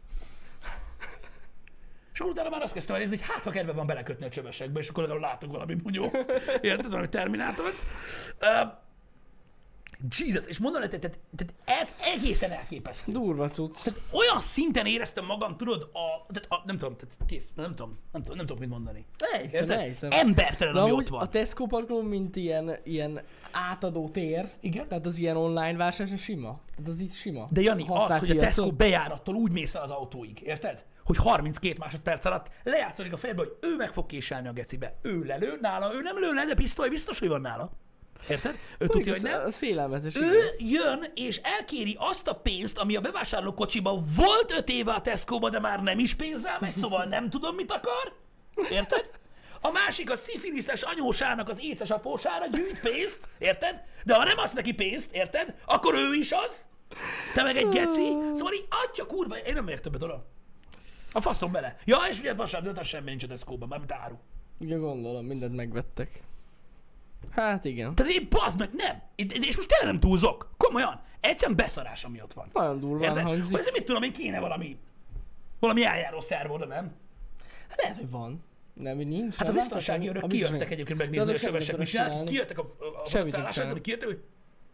És utána már azt kezdtem el nézni, hogy hát ha kedve van belekötni a csövesekbe, és akkor legalább látok valami bunyót. Érted? Valami terminátort. Uh, Jesus, és mondom, hogy tehát, tehát egészen elképesztő. Durva cucc. Tehát olyan szinten éreztem magam, tudod, a, tehát a nem tudom, tehát kész, nem tudom, nem tudom, nem tudok mit mondani. Elhiszem, elhiszem. Embertelen, de ami amúgy ott van. a Tesco parkoló, mint ilyen, ilyen átadó tér. Igen. Tehát az ilyen online vásárlás sima. Tehát az így sima. De Jani, az, Használt hogy a Tesco piacon. bejárattól úgy mész el az autóig, érted? Hogy harminckét másodperc alatt lejátszódik a fejedbe, hogy ő meg fog késelni a gecibe. Ő lelő nála, ő nem lő le, de pisztoly biztos, hogy van nála. Érted? Ő tudja, hogy az, nem. az félelmetes. Ő jön és elkéri azt a pénzt, ami a bevásárló kocsiban volt öt éve a Tesco-ba, de már nem is pénzzel megy, szóval nem tudom, mit akar. Érted? A másik a szifiliszes anyósának az éces apósára gyűjt pénzt, érted? De ha nem adsz neki pénzt, érted? Akkor ő is az. Te meg egy geci. Szóval így, atya kurva, én nem megyek többet oda. A faszom bele. Ja, és ugye vasárnap, de az semmi nincs a Tesco-ban, mármint áru. Igen, gondolom, mindent megvettek. Hát igen. Tehát én bazd meg, nem. És most tényleg nem túlzok. Komolyan. Egyszerűen beszarás, ami ott van. Nagyon durván Érted? hangzik. Hogy ezért mit tudom, én kéne valami, valami eljáró szerv oda, nem? Hát lehet, hogy van. Nem, hogy nincs. Hát a nem biztonsági láthatom. őrök A biztonsági- kijöttek egyébként De megnézni, azok hogy a semmit sebesek nem mit csinálnak. csinálnak. Kijöttek a, a Semmit nem fogaszállását, csinálnak. hogy kijöttek, hogy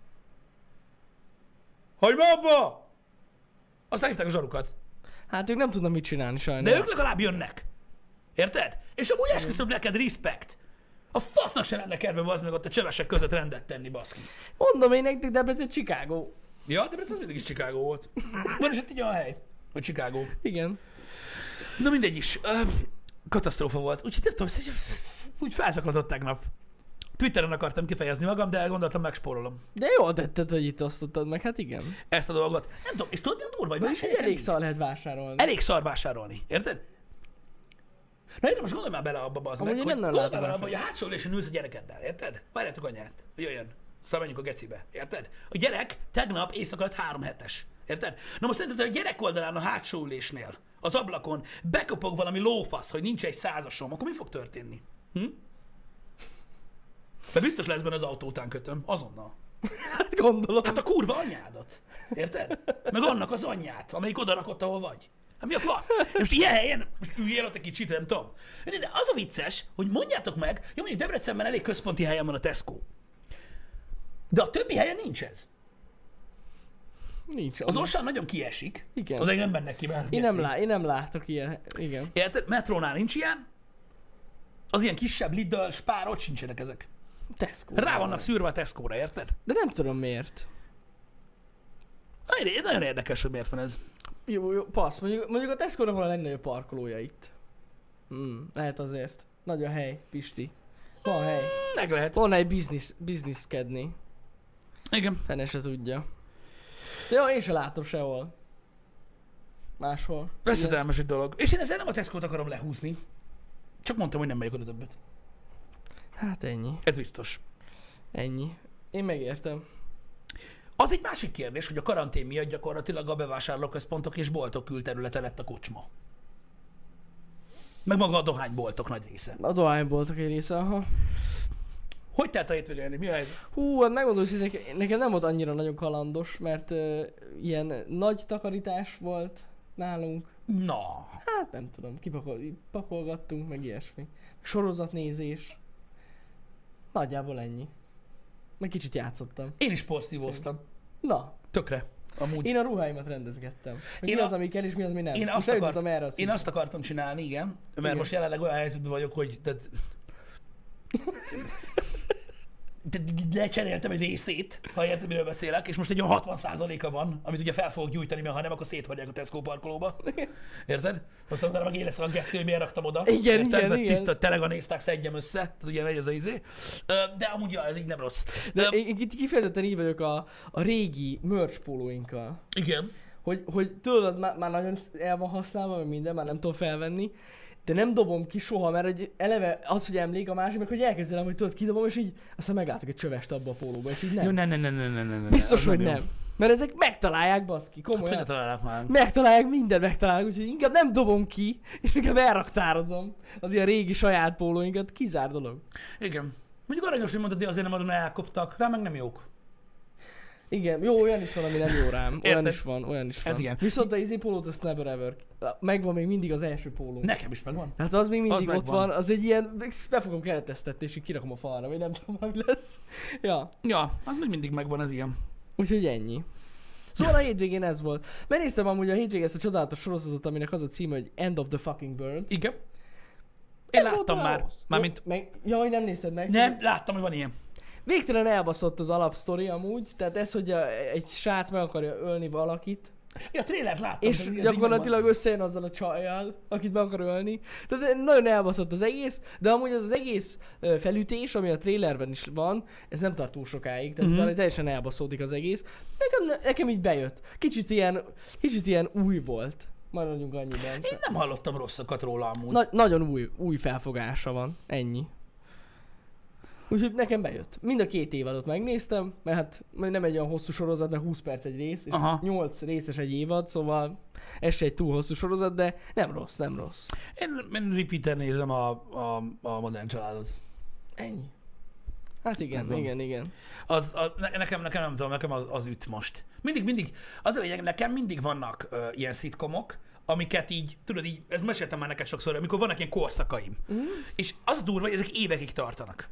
hagyd már abba! Aztán hívták a zsarukat. Hát ők nem tudnak mit csinálni sajnos. De ők legalább jönnek. Érted? És amúgy esküszöm neked respect. A fasznak se lenne kedve az meg ott a csövesek között rendet tenni, baszki. Mondom én nektek, Debrecen Chicago. Ja, de ez mindig is Chicago volt. Van is egy olyan hely, hogy Chicago. Igen. Na mindegy is. Uh, katasztrófa volt. Úgyhogy nem tudom, hogy úgy felzakladott tegnap. Twitteren akartam kifejezni magam, de gondoltam megspórolom De jól tetted, hogy itt osztottad meg, hát igen. ezt a dolgot. Nem tudom, és tudod mi a durva, hogy De más is helyeken elég nincs. szar lehet vásárolni. Elég szar vásárolni, érted? Na érted, most gondolj már bele abba, bazd meg, Amúgy én hogy nem nagyon gondolj már bele látom abba, hogy a hátsó ülésen ülsz a gyerekeddel, érted? Várjátok anyát, hogy jöjjön. Aztán menjünk a gecibe, érted? A gyerek tegnap éjszaka lett három hetes, érted? Na most szerinted, hogy a gyerek oldalán a hátsó ülésnél, az ablakon bekopog valami lófasz, hogy nincs egy százasom, akkor mi fog történni? Hm? De biztos lesz benne az autó után kötöm, azonnal. Hát gondolom. Hát a kurva anyádat. Érted? Meg annak az anyját, amelyik oda rakott, ahol vagy. Hát mi a fasz? Most ilyen helyen, most üljél ott egy kicsit, nem tudom. De az a vicces, hogy mondjátok meg, jó, mondjuk Debrecenben elég központi helyen van a Tesco. De a többi helyen nincs ez. Nincs. Az Orsán nagyon kiesik. Igen. Oda nem mennek ki, mert Én nem, geci. lá- én nem látok ilyen. Igen. Érted? Metrónál nincs ilyen. Az ilyen kisebb Lidl, Spár, ott sincsenek ezek. Tesco. Rá vannak szűrve a Tesco-ra, érted? De nem tudom miért. Nagyon- Nagyon érdekes, hogy miért van ez. Jó, jó, passz. Mondjuk, mondjuk a Tesco-nak van a legnagyobb parkolója itt. Hmm, lehet azért. Nagy a hely, Pisti. Van hely. Meg lehet. Van egy biznisz, bizniszkedni. Igen. Fene se tudja. De jó, én se látom sehol. Máshol. Veszedelmes egy dolog. És én ezzel nem a Tesco-t akarom lehúzni. Csak mondtam, hogy nem megyek oda többet. Hát ennyi. Ez biztos. Ennyi. Én megértem. Az egy másik kérdés, hogy a karantén miatt gyakorlatilag a bevásárlóközpontok és boltok külterülete lett a kocsma. Meg maga a dohányboltok nagy része. A dohányboltok egy része, aha. Hogy telt a hétvége, Jani? Mi a helyzet? Hú, hát megmondom, hogy nekem, nekem nem volt annyira nagyon kalandos, mert uh, ilyen nagy takarítás volt nálunk. Na. Hát nem tudom, kipakol, pakolgattunk, meg ilyesmi. Sorozatnézés. Nagyjából ennyi. Meg kicsit játszottam. Én is porszívóztam. Na, Tökre. Amúgy. én a ruháimat rendezgettem. Meg Én mi a- az, ami kell, és mi az, ami nem. Én Most azt, eljutottam akart, erre a én szintre. azt akartam csinálni, igen, mert Igen. most jelenleg olyan helyzetben vagyok, hogy tehát, tehát lecseréltem egy részét, ha érted, miről beszélek, és most egy olyan hatvan százaléka van, amit ugye fel fogok gyújtani, mert ha nem, akkor széthagyják a Tesco parkolóba. Érted? Aztán utána meg élesz a geci, hogy miért raktam oda. Igen, érted? igen, Mert igen. tiszta teleganézták, szedjem össze, tehát ugye megy ez a izé. Ö, De amúgy ja, ez így nem rossz. De De, én, én itt kifejezetten így vagyok a, a régi merch pólóinkkal. igen. Hogy, hogy tudod, az már, már nagyon el van használva, meg minden, már nem tudom felvenni. De nem dobom ki soha, mert egy eleve az, hogy emlék, a másik, meg hogy elkezdem, hogy tudod, kidobom, és így aztán meglátok egy csövest abba a pólóba, és így nem. Jó, ne, ne, ne, ne, ne, ne, ne. Biztos, az hogy jó. nem. Mert ezek megtalálják, baszki, Hát, hogy komolyan. ne találnak már. Megtalálják, mindent megtalálják, úgyhogy inkább nem dobom ki, és inkább elraktározom az ilyen régi saját pólóinkat, kizár dolog. Igen. Mondjuk aranyos, hogy mondtad, de azért nem adom, elkoptak, rá meg nem jók. Igen, jó, olyan is van, ami nem jó rám. Olyan Érted? is van, olyan is van. Ez igen. Viszont a izé pólót, azt never ever. Megvan még mindig az első póló. Nekem is megvan. Hát az még mindig Az ott megvan. van, az egy ilyen, ezt be fogom kereteztetni, és így kirakom a falra, vagy nem tudom, mi lesz. Ja, Ja, az még mindig megvan, ez ilyen. úgyhogy ennyi. Szóval a hétvégén ez volt. Megnéztem amúgy a hétvégén ezt a csodálatos sorozatot, aminek az a címe, hogy End of the Fucking World. Igen. Én Nem láttam volt már. rossz. Mármint Meg, jaj, nem nézted meg? nem, láttam, hogy van ilyen. Végtelen elbaszott az alapsztori amúgy, tehát ez, hogy a, egy srác meg akarja ölni valakit, Ja, a trailert láttam. és ez így gyakorlatilag megvan. összejön azzal a csajjal, akit meg akar ölni. Tehát nagyon elbaszott az egész, de amúgy az az egész ö, felütés, ami a trailerben is van, ez nem tart túl sokáig, tehát Mhm. uh-huh. teljesen elbaszódik az egész. Nekem, nekem így bejött. Kicsit ilyen, kicsit ilyen új volt. Maradjunk annyiban. Én nem hallottam rosszakat róla amúgy. Na, nagyon új, új felfogása van. Ennyi. Úgyhogy nekem bejött. Mind a két évadot megnéztem, mert hát nem egy olyan hosszú sorozat, mert húsz perc egy rész, és Aha. nyolc részes egy évad, szóval ez se egy túl hosszú sorozat, de nem rossz, nem rossz. Én, én repeaten nézem a, a, a Modern Családot. Ennyi. Hát igen, Megvan. igen, igen. Az, az, ne- nekem, nekem nem tudom, nekem az, az üt most. Mindig, mindig, az a lényeg, nekem mindig vannak ö, ilyen szitkomok, amiket így, tudod így, ezt meséltem már neked sokszor, amikor vannak ilyen korszakaim. Mm. És az a durva, hogy ezek évekig tartanak.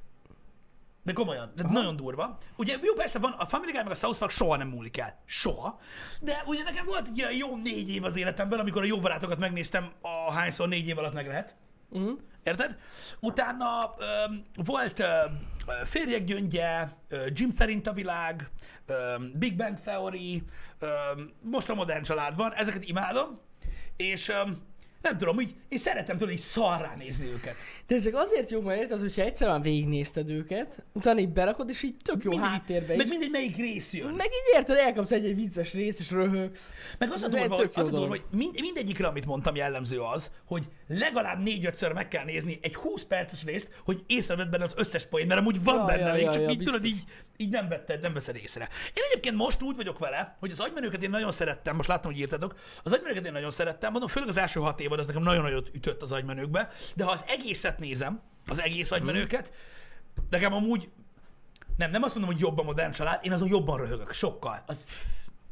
De komolyan, de nagyon durva. Ugye jó, persze van, a Family Guy meg a South Park soha nem múlik el. Soha. De ugye nekem volt egy ilyen jó négy év az életemben, amikor a Jó Barátokat megnéztem, a hányszor négy év alatt meg lehet. Mm. Érted? Utána öm, volt öm, Férjek gyöngye, öm, Jim szerint a világ, öm, Big Bang Theory, öm, most a Modern Család van, ezeket imádom, és öm, nem tudom, úgy, én szeretem tudod így szarrá nézni őket. De ezek azért jók, mert érted, hogyha egyszerűen végignézted őket, utána így berakod, és így tök jó Mindegy- háttérbe Meg is. mindegy, melyik rész jön. Meg így érted, elkapsz egy-egy vicces rész, és röhögsz. Meg az a Ez durva, egy hogy, tök jó az a durva, dolog. hogy mind, mindegyikre, amit mondtam, jellemző az, hogy legalább négy-ötször meg kell nézni egy húsz perces részt, hogy észrevedd benne az összes poén, mert amúgy van Ja, benne ja, még, ja, csak ja, így tudod, biztos. így, így nem, vetted, nem veszed észre. Én egyébként most úgy vagyok vele, hogy az agymenőket én nagyon szerettem, most láttam, hogy írtatok, az agymenőket én nagyon szerettem, mondom, főleg az első hat évad, az nekem nagyon nagyot ütött az agymenőkbe, de ha az egészet nézem, az egész agymenőket, nekem amúgy, nem, nem azt mondom, hogy jobb a Modern Család, én azon jobban röhögök, sokkal. Az, pff,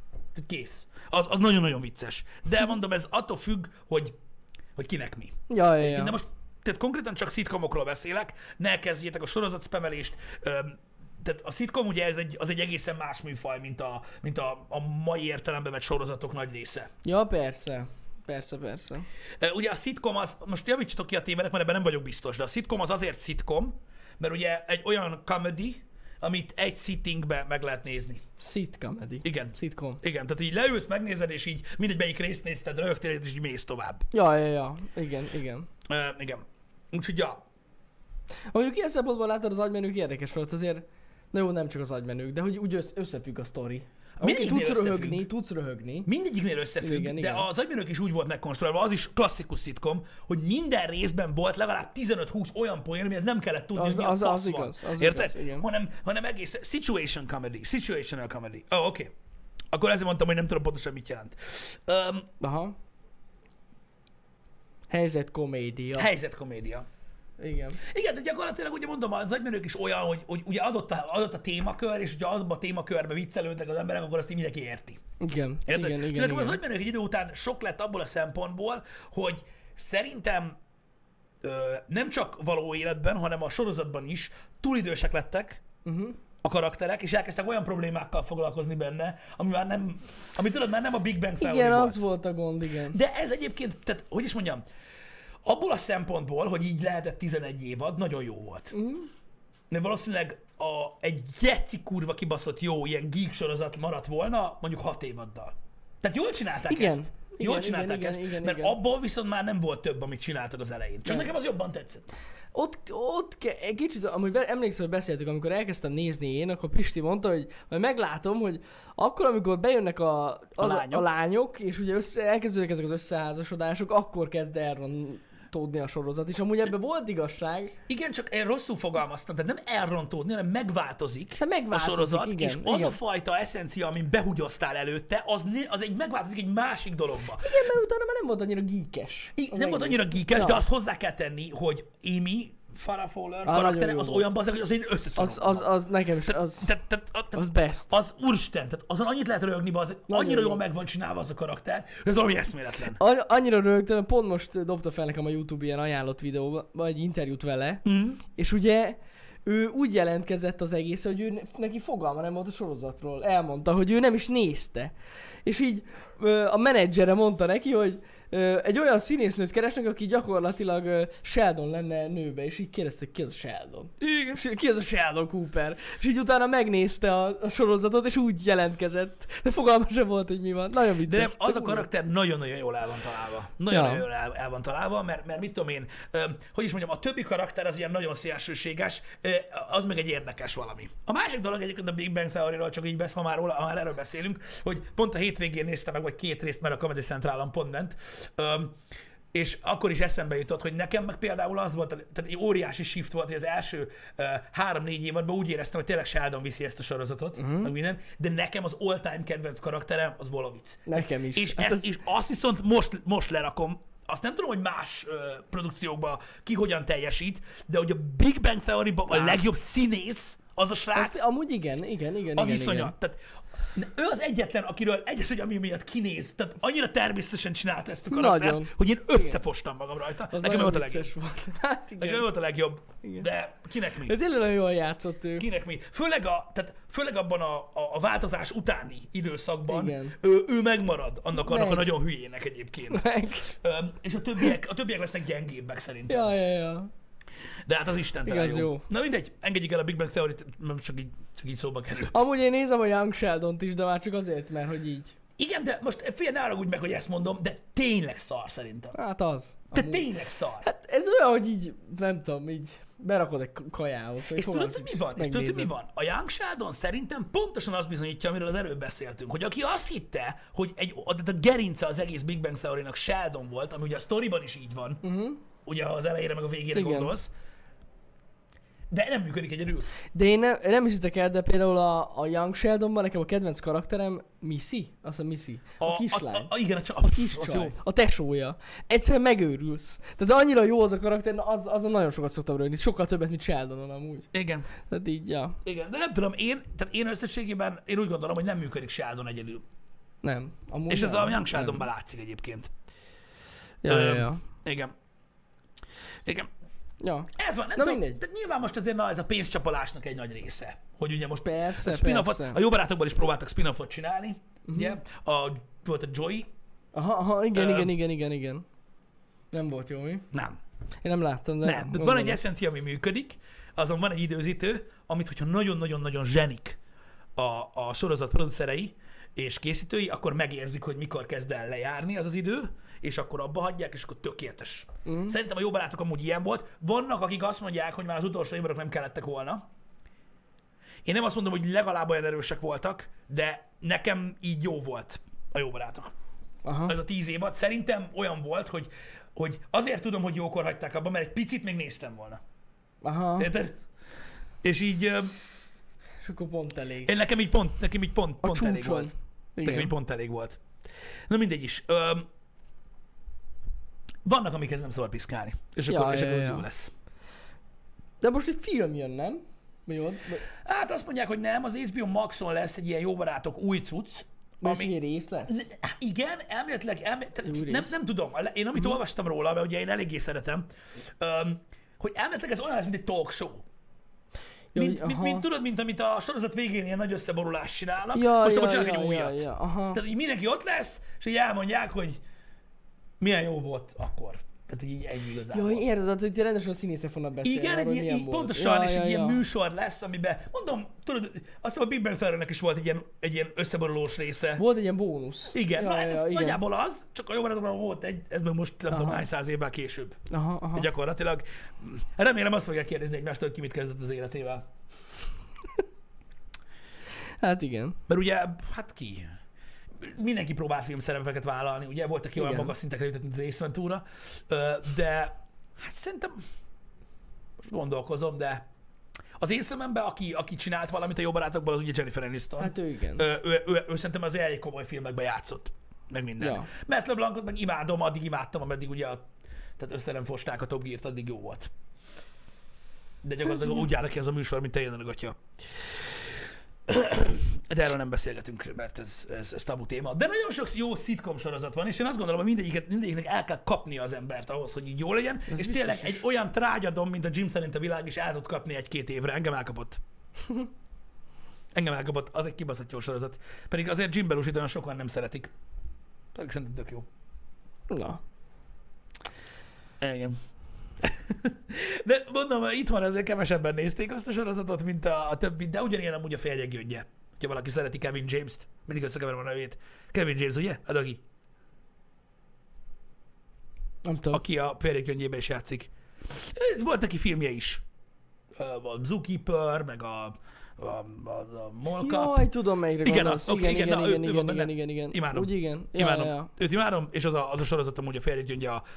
kész. Az, az nagyon-nagyon vicces. De mondom, ez attól függ, hogy, hogy kinek mi. Ja, ja, ja. De most tehát konkrétan csak szitkomokról beszélek, ne kezdjétek a sorozat spamelést. Öm, tehát a szitkom ugye ez egy, az egy egészen más műfaj, mint a, mint a, a mai értelemben vett sorozatok nagy része. Ja, persze. Persze, persze. Ö, Ugye a szitkom az, most javítsatok ki a tévedek, mert ebben nem vagyok biztos, de a szitkom az azért szitkom, mert ugye egy olyan comedy, amit egy sittingbe meg lehet nézni. Sit comedy. Igen. Sitcom. Igen, tehát így leülsz, megnézed, és így mindegy, melyik részt nézted, rögtél, és így mész tovább. Ja, ja, ja. Igen, igen. Uh, igen. Úgyhogy ja. Mondjuk ilyen szempontból látod, az agymenők érdekes volt azért. Na jó, nem csak az agymenők, de hogy úgy össz- összefügg a sztori. Mindegyiknél Tudsz összefügg. röhögni, tudsz röhögni. Mindegyiknél összefügg, Igen, igen, de igen. az agymenők is úgy volt megkonstruálva, az is klasszikus szitkom, hogy minden részben volt legalább tizenöt-húsz olyan poén, amihez nem kellett tudni, Az- hogy mi a az- fasz az van. igaz, az Érted? igaz, igen. hanem, hanem egész situation comedy, situational comedy. Ó, oh, oké. Okay. Akkor ezért mondtam, hogy nem tudom pontosan mit jelent. Um, Aha. Helyzetkomédia. helyzetkomédia. Igen. Igen, de gyakorlatilag ugye mondom, az agymenők is olyan, hogy, hogy ugye adott a, adott a témakör, és hogyha azban a témakörbe viccelődnek az emberek, akkor azt így mindenki érti. Igen. Érted? Igen, És igen, nekem az igen. agymenők egy idő után sok lett abból a szempontból, hogy szerintem ö, nem csak való életben, hanem a sorozatban is túl idősek lettek Uh-huh. a karakterek, és elkezdtek olyan problémákkal foglalkozni benne, ami már nem, ami tudod, már nem a Big Bang Theory Igen, volt. az volt a gond, igen. De ez egyébként, tehát hogy is mondjam, abból a szempontból, hogy így lehetett tizenegy évad, nagyon jó volt. Uh-huh. Mert valószínűleg a, egy geci kurva kibaszott jó ilyen geek sorozat maradt volna mondjuk hat évaddal. Tehát jól csinálták Igen. ezt. Jól Igen, csinálták igen, ezt, igen, igen, mert igen. abból viszont már nem volt több, amit csináltak az elején. Csak Nem. nekem az jobban tetszett. Ott, ott ke- egy kicsit, amúgy be, emlékszem, hogy beszéltük, amikor elkezdtem nézni én, akkor Pisti mondta, hogy majd meglátom, hogy akkor, amikor bejönnek a, az, a, lányok. a lányok, és ugye össze, elkezdődnek ezek az összeházasodások, akkor kezd elrontódni a sorozat, és amúgy ebben volt igazság. Igen, csak én rosszul fogalmaztam, tehát nem elrontódni, hanem megváltozik, Hát megváltozik, a sorozat, igen, és az igen. a fajta eszencia, amin behugyoztál előtte, az, né- az egy megváltozik egy másik dologba. Igen, mert utána már nem volt annyira geekes. I- az nem volt egész. annyira geekes, Ja. de azt hozzá kell tenni, hogy Amy Farrah Fowler Ah, karaktere, nagyon az jó olyan bazdmeg, hogy az én összeszorom. Az, az, az nekem is, az, Tehát, tehát, tehát, az best. az úristen, tehát azon annyit lehet rögni, az annyira jó. jól meg van csinálva az a karakter, hogy ez valami eszméletlen. Any- annyira rögtön, pont most dobta fel nekem a YouTube ilyen ajánlott videóba, vagy egy interjút vele, Mm. és ugye ő úgy jelentkezett az egész, hogy ő, neki fogalma nem volt a sorozatról. Elmondta, hogy ő nem is nézte. És így ö, a menedzsere mondta neki, hogy ö, egy olyan színésznőt keresnek, aki gyakorlatilag ö, Sheldon lenne nőbe, és így kérdezték, ki az a Sheldon? Igen. És ki az a Sheldon Cooper? És így utána megnézte a, a sorozatot, és úgy jelentkezett. De fogalma sem volt, hogy mi van. Nagyon vicces. De nem, az a karakter nagyon-nagyon jól el van találva. Nagyon Ja. jól el, el van találva, mert, mert mit tudom én, ö, hogy is mondjam, a többi karakter az ilyen nagyon szélsőséges, ö, az meg egy érdekes valami. A másik dolog egyébként a Big Bang Theory-ról, csak így besz, ha már, róla, ha már erről beszélünk, hogy pont a hétvégén néztem meg, vagy két részt, mert a Comedy Centralon pont ment, ö, és akkor is eszembe jutott, hogy nekem meg például az volt, tehát egy óriási shift volt, hogy az első uh, három-négy évadban úgy éreztem, hogy tényleg Sheldon viszi ezt a sorozatot, uh-huh. meg minden, de nekem az all-time kedvenc karakterem az Wolowitz. Nekem is. És, Hát ezt, az- és azt viszont most, most lerakom, azt nem tudom, hogy más uh, produkciókban ki hogyan teljesít, de hogy a Big Bang Theory-ban a Hát. legjobb színész az a srác, Azt, amúgy igen, igen, igen, az igen, iszonyat. igen. Tehát ő az egyetlen, akiről egyes, hogy ami miatt kinéz, tehát annyira természetesen csinálta ezt a karaktert, Nagyon. hogy én összefostam magam rajta. Az Nekem ő nagyon volt a legjobb. vicces volt. Hát igen. Nekem ő volt a legjobb. Igen. De kinek mi? De tényleg nagyon jól játszott ő. Kinek mi? Főleg, a, tehát főleg abban a, a, a változás utáni időszakban Igen. ő, ő megmarad annak, annak a Meg. nagyon hülyének egyébként. Meg. Öm, és a többiek, a többiek lesznek gyengébbek szerintem. Ja, ja, ja. De hát az Isten Igaz, jó. jó. Na mindegy, engedjük el a Big Bang Theory-t, mert csak így, csak így szóba került. Amúgy én nézem a Young Sheldont is, de már csak azért, mert hogy így. Igen, de most fél, ne haragudj meg, hogy ezt mondom, de tényleg szar szerintem. Hát az. Te Amúgy. tényleg szar. Hát ez olyan, hogy így, nem tudom, így berakod egy kajához. Vagy És fogalmam tudod, hogy sincs. mi van? És tudod, hogy mi Megnézed. van? A Young Sheldon szerintem pontosan azt bizonyítja, amiről az előbb beszéltünk, hogy aki azt hitte, hogy egy, a, a gerince az egész Big Bang Theory-nak Sheldon volt, ami ugye a sztoriban is így van, uh-huh. ugye ha az elejére meg a végére Igen. gondolsz, de nem működik egyedül. De én nem, nem hiszitek el, de például a, a Young Sheldonban nekem a kedvenc karakterem Missy. Azt hiszem Missy. A, a kislány. A, a, a, igen, a, a, A kis az csaj, jó. a tesója. Egyszerűen megőrülsz. Tehát annyira jó az a karakter, na az, azon nagyon sokat szoktam rögni. Sokkal többet, mint Sheldonon amúgy. Igen, Tehát így, ja. igen, de nem tudom, én, tehát én összességében én úgy gondolom, hogy nem működik Sheldon egyedül. Nem. Amúgy És ez nem, a Young nem. Sheldonban látszik egyébként. Ja, ja, Öm, ja. Igen. Igen. Ja. Ez van, nem Na tudom, mindegy. tehát nyilván most azért na, ez a pénzcsapolásnak egy nagy része. Hogy ugye most Persze, a spin-offot, persze. a jó barátokból is próbáltak spin-offot csinálni, Mhm. ugye? A, volt a Joey, Aha, aha, igen, Öm. igen, igen, igen, igen. Nem volt jó, mi? nem. Én nem láttam, de... Nem, de van gondolom. egy eszencia, ami működik, azon van egy időzítő, amit hogyha nagyon-nagyon-nagyon zsenik a, a sorozat producerei és készítői, akkor megérzik, hogy mikor kezd el lejárni az az idő, és akkor abba hagyják, és akkor tökéletes. Mhm. Szerintem a jó barátok amúgy ilyen volt. Vannak, akik azt mondják, hogy már az utolsó évadok nem kellettek volna. Én nem azt mondom, hogy legalább olyan erősek voltak, de nekem így jó volt a jó barátok. Aha. Ez a tíz évad szerintem olyan volt, hogy, hogy azért tudom, hogy jókor hagyták abba, mert egy picit még néztem volna. Aha. Érted? És így, ö, És akkor pont elég. én nekem így pont, nekem így pont, A pont elég csúcson. volt. Nekem így Igen. pont elég volt. Na mindegy is. Ö, vannak, amikhez nem szabad piszkálni. És Ja, akkor, és ja, akkor ja. jó lesz. De most egy film jön, nem? Mi volt? Hát azt mondják, hogy nem, az há bé o Maxon lesz egy ilyen jó barátok új cucc. Most Ami, egy rész lesz? igen, elméletileg, elméletileg Jó nem, rész. nem tudom, én amit Mhm. olvastam róla, mert ugye én eléggé szeretem, öm, hogy elméletileg ez olyan lesz, mint egy talk show. Ja, Mint, hogy- mint, aha. mint, tudod, mint amit a sorozat végén ilyen nagy összeborulást csinálnak, Ja, most ja, akkor csinálnak ja, egy ja, újat. ja, aha. Tehát így mindenki ott lesz, és így elmondják, hogy milyen jó volt akkor. Tehát így ennyi igazából. Ja, érted, hogy rendesen a színészek fognak beszélni. Igen, arról, egy hogy ilyen, milyen így volt. pontosan, és ja, egy ja, ilyen ja. műsor lesz, amiben, mondom, tudod, azt hiszem a Big Bang Theory-nek is volt egy ilyen, egy ilyen összeborulós része. Volt egy ilyen bónusz. Igen, ja, na, hát ja, ez igen. nagyjából az, csak a jó barátomban volt egy, ez meg most nem tudom Aha. hány száz évvel később. Aha, aha. Gyakorlatilag. Remélem azt fogják kérdezni egymástól, hogy ki mit kezdett az életével. Hát igen. Mert ugye, hát ki? Mindenki próbál filmszerepeket vállalni, ugye volt, aki olyan Igen. magas szintekre jutott, mint az Ace Ventura, Ö, de hát szerintem most gondolkozom, de az én szememben, aki, aki csinált valamit a jó barátokból, az ugye Jennifer Aniston. Hát ő igen. Ö, ő, ő, ő, ő szerintem az elég komoly filmekben játszott, meg minden. Ja. Ja. Matt LeBlancot meg imádom, addig imádtam, ameddig ugye a, tehát össze nem fosták a Top Gear-t, addig jó volt. De gyakorlatilag úgy áll neki ez a műsor, mint teljesen a gatya. De erről nem beszélgetünk, mert ez, ez, ez tabu téma. De nagyon sok jó szitkom sorozat van, és én azt gondolom, hogy mindegyiket, mindegyiknek el kell kapni az embert ahhoz, hogy így jó legyen. Ez és tényleg is. Egy olyan trágyadom, mint a Jim szerint a világ is el tud kapni egy-két évre. Engem elkapott. Engem elkapott. Az egy kibaszott jó sorozat. Pedig azért Jim Belushi-t olyan sokan nem szeretik. Pedig szerintem tök jó. Na. Igen. De mondom, itthon azért kevesebben nézték azt a sorozatot, mint a, a többi, de ugyanilyen amúgy a félgyöngyje. Ha valaki szereti Kevin James-t, mindig összekeverem a nevét. Kevin James, ugye? A Dagi. Nem tudom. Aki a félgyöngyében is játszik. Volt neki filmje is. A Zookeeper, meg a, a, a, a Mall Cop. Jaj, tudom melyikre igen, gondolsz. Az, okay, igen, igen, igen, na, igen, ő, igen, ő igen, igen, igen. Imádom. Úgy igen. Ja, imádom. ja, ja. Őt imádom, és az a, az a sorozat amúgy a félgyöngye a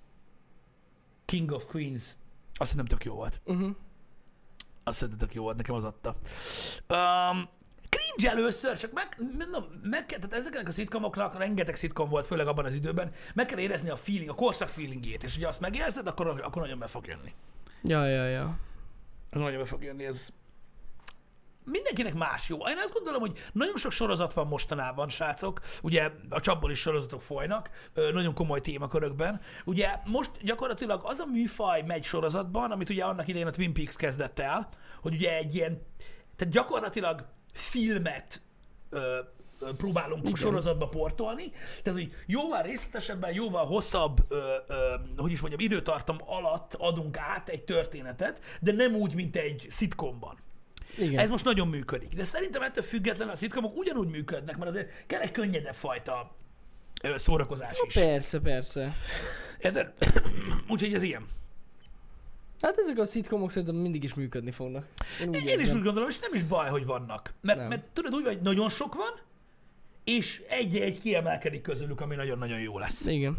King of Queens. Azt hiszem tök jó volt. Uh-huh. Azt hiszem tök jó volt, nekem az adta. Um, cringe először, csak meg, mondom, meg kell, tehát ezeknek a szitkomoknak rengeteg szitkom volt, főleg abban az időben, meg kell érezni a feeling, a korszak feelingjét, és ugye azt megérzed, akkor, akkor nagyon be fog jönni. Ja, ja, ja. Nagyon be fog jönni, ez... Mindenkinek más jó. Én azt gondolom, hogy nagyon sok sorozat van mostanában, srácok. Ugye a csapból is sorozatok folynak, nagyon komoly témakörökben. Ugye most gyakorlatilag az a műfaj megy sorozatban, amit ugye annak idején a Twin Peaks kezdett el, hogy ugye egy ilyen, tehát gyakorlatilag filmet ö, ö, próbálunk igen. sorozatba portolni, tehát hogy jóval részletesebben, jóval hosszabb, ö, ö, hogy is mondjam, időtartam alatt adunk át egy történetet, de nem úgy, mint egy szitkomban. Igen. Ez most nagyon működik. De szerintem ettől függetlenül a szitkomok ugyanúgy működnek, mert azért kell egy könnyedebb fajta ö, szórakozás ha, is. Persze, persze. Érted? Úgyhogy ez ilyen. Hát ezek a szitkomok szerintem mindig is működni fognak. Én, úgy Én is úgy gondolom, és nem is baj, hogy vannak. Mert, mert tudod úgy, hogy nagyon sok van, és egy-egy kiemelkedik közülük, ami nagyon-nagyon jó lesz. Igen.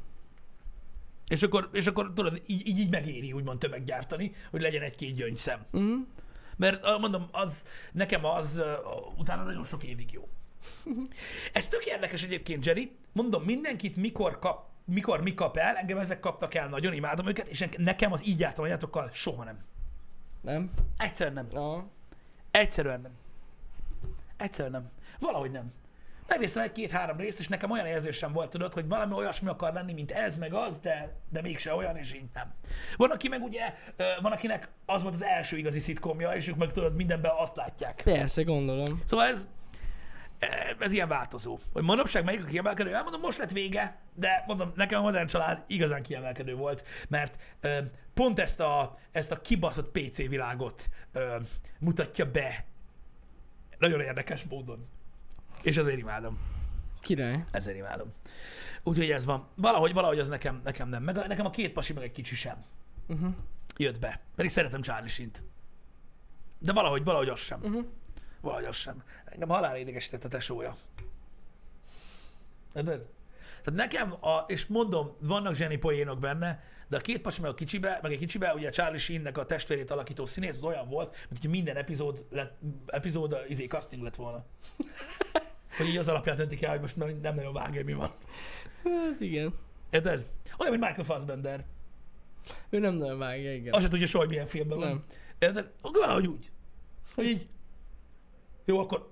És akkor, és akkor tudod, így, így, így megéri úgymond tömeggyártani, hogy legyen egy-két gyöngyszem. Uh-huh. Mert mondom, az, nekem az uh, utána nagyon sok évig jó. Ez tök érdekes egyébként, Jerry. Mondom, mindenkit mikor kap, mikor mi kap el, engem ezek kaptak el, nagyon imádom őket, és nekem az így jártam anyátokkal soha nem. Nem? Egyszerűen nem. No. Egyszerűen nem. Egyszerűen nem. Valahogy nem. Megnéztem egy-két-három részt, és nekem olyan érzésem volt, tudod, hogy valami olyasmi akar lenni, mint ez, meg az, de, de mégse olyan, és így nem. Van, aki meg ugye, van, akinek az volt az első igazi szitkomja, és ők meg tudod, mindenben azt látják. Persze, gondolom. Szóval ez, ez ilyen változó. Hogy manapság melyik a kiemelkedő? Elmondom, most lett vége, de mondom, nekem a Modern Család igazán kiemelkedő volt, mert ö, pont ezt a, ezt a kibaszott pé cé világot ö, mutatja be nagyon érdekes módon. És ezért imádom. Király. Ezért imádom. Úgyhogy ez van. Valahogy, valahogy az nekem, nekem nem. Meg, nekem a két pasi meg egy kicsi sem. Uh-huh. Jött be. Pedig szeretem Charlie Sheen-t. De valahogy, valahogy az sem. Uh-huh. Valahogy az sem. Engem halál idegesített a tesója. De, de. Tehát nekem, a, és mondom, vannak zseni poénok benne, de a két pasi meg a kicsibe, meg egy kicsibe, ugye Charlie Sheen-nek a testvérét alakító színész az olyan volt, mint hogy minden epizód, lett, epizód izé casting lett volna. Hogy így az alapján döntik el, hogy most nem nagyon vágja, mi van. Hát igen. Érted? Olyan, mint Michael Fassbender. Ő nem nagyon vágja, igen. Azt se tudja soha, hogy milyen filmben van. Nem. Érted? Valahogy úgy. Hogy így. Jó, akkor...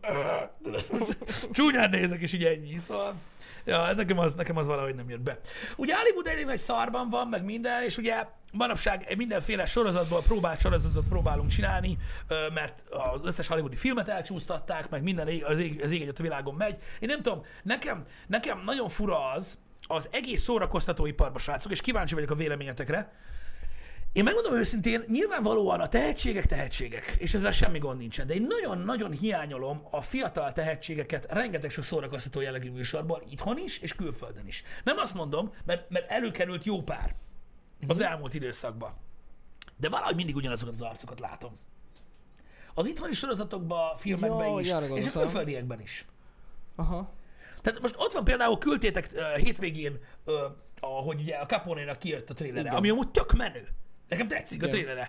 Csúnyán nézek, és így ennyi. Szóval... Ja, nekem az, nekem az valahogy nem jött be. Ugye Hollywood elég nagy szarban van, meg minden, és ugye manapság mindenféle sorozatból próbált sorozatot próbálunk csinálni, mert az összes hollywoodi filmet elcsúsztatták, meg minden ég, az ég, az ég egyet a világon megy. Én nem tudom, nekem, nekem nagyon fura az, az egész szórakoztatóiparba, srácok, és kíváncsi vagyok a véleményetekre. Én megmondom őszintén, nyilvánvalóan a tehetségek tehetségek, és ezzel semmi gond nincsen, de én nagyon-nagyon hiányolom a fiatal tehetségeket rengeteg sok szórakoztató jellegű műsorból, itthon is, és külföldön is. Nem azt mondom, mert, mert előkerült jó pár az elmúlt időszakban, de valahogy mindig ugyanazokat az arcokat látom. Az itthoni sorozatokban, filmekben Jó, is, és a fel. külföldiekben is. Aha. Tehát most ott van például, küldtétek uh, hétvégén, uh, ahogy ugye a Capone-nak kijött a trélere, ami amúgy tök menő. Nekem tetszik igen. a trélere.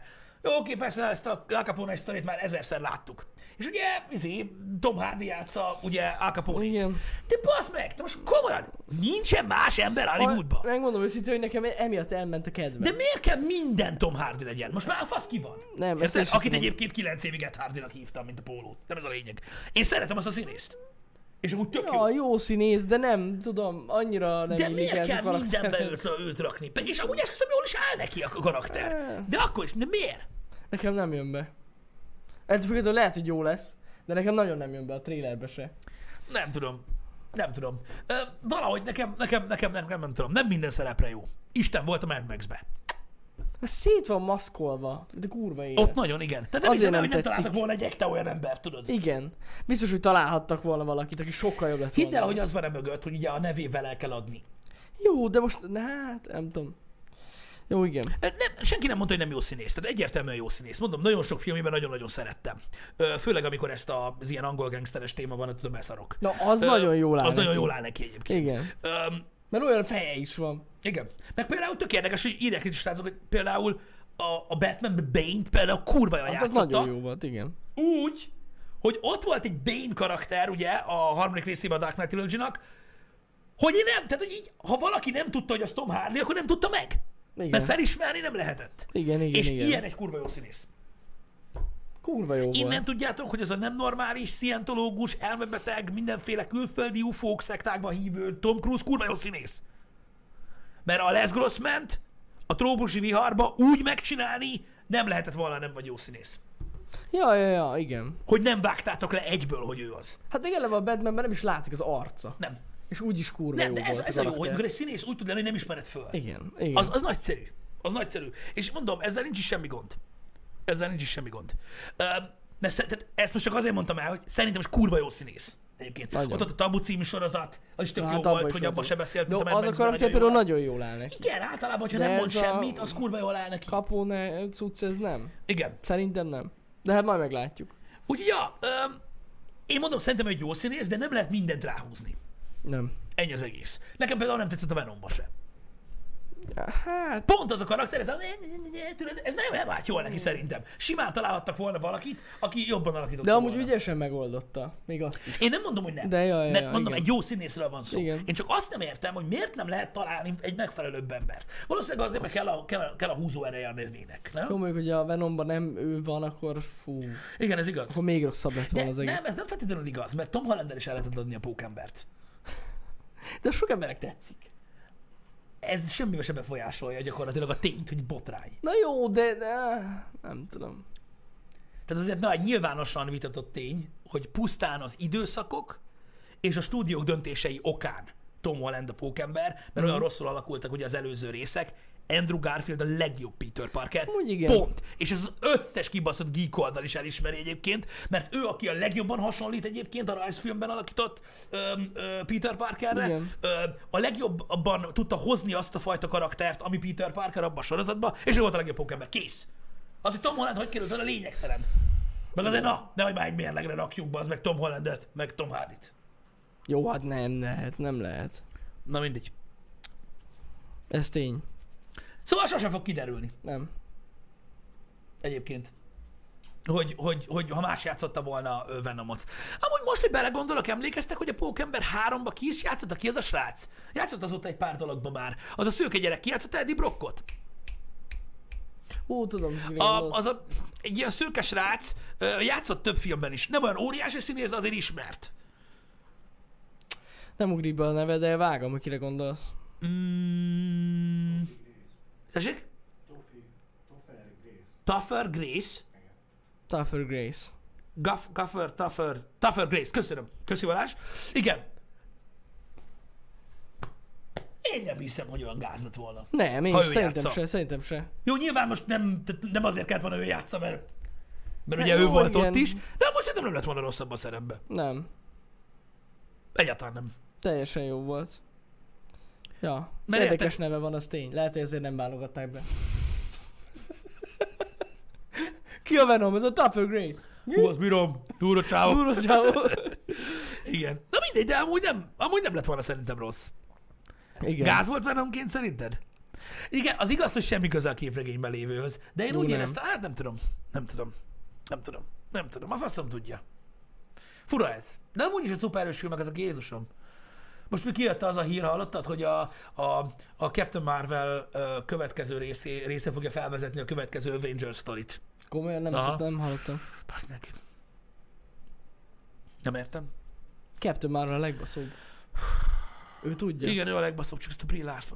Jó, oké, persze ezt a Al Capone sztorit már ezerszer láttuk. És ugye, izé, Tom Hardy játsza, ugye Al Capone-t. Igen. De bassz meg, te most komolyan, nincsen más ember Hollywoodban. Megmondom őszintén, hogy nekem emiatt elment a kedvem. De miért kell minden Tom Hardy legyen? Most már a fasz ki van. Nem, ezt Érted? én sem Akit tudom. egyébként kilenc évig Ed Hardynak hívtam, mint a pólót. Nem ez a lényeg. Én szeretem azt a színészt. És amúgy tök jó. Ja, jó színész, de nem tudom, annyira nem De illik miért ez a kell mindenbe karakterhez. őt, őt rakni? És amúgy esküszöm, jól is áll neki a karakter. De akkor is, de miért? Nekem nem jön be. Ez függetlenül lehet, hogy jó lesz, de nekem nagyon nem jön be a trailerbe se. Nem tudom. Nem tudom. Ö, valahogy nekem, nekem, nekem, nekem nem tudom. Nem minden szerepre jó. Isten volt a Mad Max-be. Mert szét van maszkolva, de kurva élet. Ott nagyon, igen. Tehát nem Azért hiszem, nem hogy nem tetszik. találtak volna egy ekte olyan embert, tudod. Igen. Biztos, hogy találhattak volna valakit, aki sokkal jobb lett volna. Hidd el, hogy az van e mögött, hogy ugye a nevével el kell adni. Jó, de most, na, hát, nem tudom. Jó, igen. Nem, senki nem mondta, hogy nem jó színész. Tehát egyértelműen jó színész. Mondom, nagyon sok filmében nagyon-nagyon szerettem. Ö, Főleg, amikor ezt a, az ilyen angol gangsteres téma van, tudom, elszarok. Na, az Ö, nagyon jól áll Az neki. nagyon jól áll neki egyébként. Igen. Ö, Mert olyan feje is van. igen. Meg például tök érdekes, hogy írják is srácok, hogy például a, a Batman Bane-t például kurva jól Hát az játszotta. nagyon jó volt, igen. Úgy, hogy ott volt egy Bane karakter, ugye, a harmadik részében a Dark Knight Trilogy-nak, hogy én nem, tehát hogy így, ha valaki nem tudta, hogy az Tom Hardy, akkor nem tudta meg. Igen. Mert felismerni nem lehetett. Igen, igen, És igen. ilyen egy kurva jó színész. Kurva jó Innen volt. tudjátok, hogy ez a nem normális, szientológus, elmebeteg, mindenféle külföldi ufók szektákban hívő Tom Cruise kurva jó színész. Mert a Les Grossment a trópusi viharba úgy megcsinálni nem lehetett volna, nem vagy jó színész. Ja, ja, ja, igen. Hogy nem vágtátok le egyből, hogy ő az. Hát még eleve a Batmanben nem is látszik az arca. Nem. És úgy is kurva Nem, jó de ez, volt ez a a jó, hogy karakter. amikor egy színész úgy tud lenni, hogy nem ismered föl. Igen, igen. Az, az nagyszerű. Az nagyszerű. És mondom, ezzel nincs is semmi gond. Ezzel nincs is semmi gond. Uh, mert sze- tehát ezt most csak azért mondtam el, hogy szerintem most kurva jó színész. Egyébként. Nagyon. Ott, ott a Tabu című sorozat, az is tök Hát jó abban volt, is hogy volt abban jó. se beszéltünk. De a Mad az a Max-ben karakter nagyon például jól áll. nagyon jól áll neki. Igen, általában, hogyha De nem mond ez a- semmit, az kurva jól áll neki. Capone cucc, ez nem. Igen. Szerintem nem. De hát majd meglátjuk. Úgyhogy ja, um, én mondom, szerintem egy jó színész, de nem lehet mindent ráhúzni. Nem. Ennyi az egész. Nekem például nem tetszett a Venomba se. Hát, Pont az a karakter, ez, a, tudod, ez nem, nem állt jól neki szerintem. Simán találhattak volna valakit, aki jobban alakította de amúgy volna. ügyesen megoldotta. Még azt is. Én nem mondom, hogy nem. De ja, ja, mert ja, mondom, igen. egy jó színészről van szó. Igen. Én csak azt nem értem, hogy miért nem lehet találni egy megfelelőbb embert. Valószínűleg azért, mert kell a, kell a, kell a húzó ereje a nővének, nem? Jó, mondjuk, hogy a Venomban nem ő van, akkor fú, Igen, ez igaz. akkor még rosszabb lett De volna az egész. nem, ez nem feltétlenül igaz, mert Tom Hollander is el lehetett adni a pókembert. De sok emberek tetszik. Ez semmibe sem befolyásolja gyakorlatilag a tényt, hogy botrány. Na jó, de, de nem tudom. Tehát azért nagy nyilvánosan vitatott tény, hogy pusztán az időszakok és a stúdiók döntései okán Tom Holland a pókember, mert mm. olyan rosszul alakultak ugye az előző részek, Andrew Garfield a legjobb Peter Parker. Úgy igen. Pont. És ez az összes kibaszott geek oldal is elismeri egyébként, mert ő, aki a legjobban hasonlít egyébként a rajzfilmben alakított ö, ö, Peter Parkerre, Igen. ö, a legjobban tudta hozni azt a fajta karaktert, ami Peter Parker abban a sorozatban, és ő volt a legjobb pókember. Kész. Az, hogy Tom Holland hogy került oda, lényegtelen. Meg azért na, nehogy már egy mérlegre rakjuk be, az meg Tom Hollandet, meg Tom Hardyt. Jó, hát nem lehet, nem lehet. Na mindegy. Ez tény. Szóval sosem fog kiderülni Nem. egyébként, hogy, hogy, hogy ha más játszotta volna ö, Venomot. Amúgy most, hogy belegondolok, emlékeztek, hogy a Pókember háromba ki is játszotta? Ki az a srác? Játszott azóta egy pár dologba már. Az a szőke gyerek ki játszotta Eddie Brockot? Ó, tudom, hogy A, az a, egy ilyen szőke srác ö, játszott több filmben is. Nem olyan óriási színész, de azért ismert. Nem ugrik be a neve, de vágom, hogy kire gondolsz. Mm. Tessék? Topher Grace. Tougher Grace. Tougher Grace. Guff, Guffer, Tougher, Tougher Grace. Köszönöm. Köszi Balázs. Igen. Én nem hiszem, hogy olyan gáz lett volna. Nem, én Ha is ő szerintem játsza. se, szerintem se. Jó, nyilván most nem, tehát nem azért kellett volna ő játsza, mert, mert Hát ugye ő jó, volt igen. ott is, de most szerintem nem lett volna rosszabb a szerepbe. Nem. Egyáltalán nem. Teljesen jó volt. Ja, Mert érdekes érted- neve van, az tény. Lehet, hogy ezért nem válogatták be. Ki a Venom? Ez a Tougher Grace. Hú, azt bírom. Túra csávó. Durva csávó. Igen. Na mindegy, de amúgy nem, amúgy nem lett volna szerintem rossz. Igen. Gáz volt Venomként szerinted? Igen, az igaz, hogy semmi köze a képregényben lévőhöz, de én Jó, úgy nem. éreztem, hát nem tudom, nem tudom, nem tudom, nem tudom, a faszom tudja. Fura ez. De amúgy is a szuperhős filmek, ezek Jézusom. Most mi kijött az a hír, hallottad, hogy a, a, a Captain Marvel ö, következő részé, része fogja felvezetni a következő Avengers sztorit. Komolyan nem Aha. tudtam, nem hallottam. Basz meg. Nem értem. Captain Marvel a legbaszóbb. Ő tudja. Igen, ő a legbaszóbb, csak ezt a Brie Larson.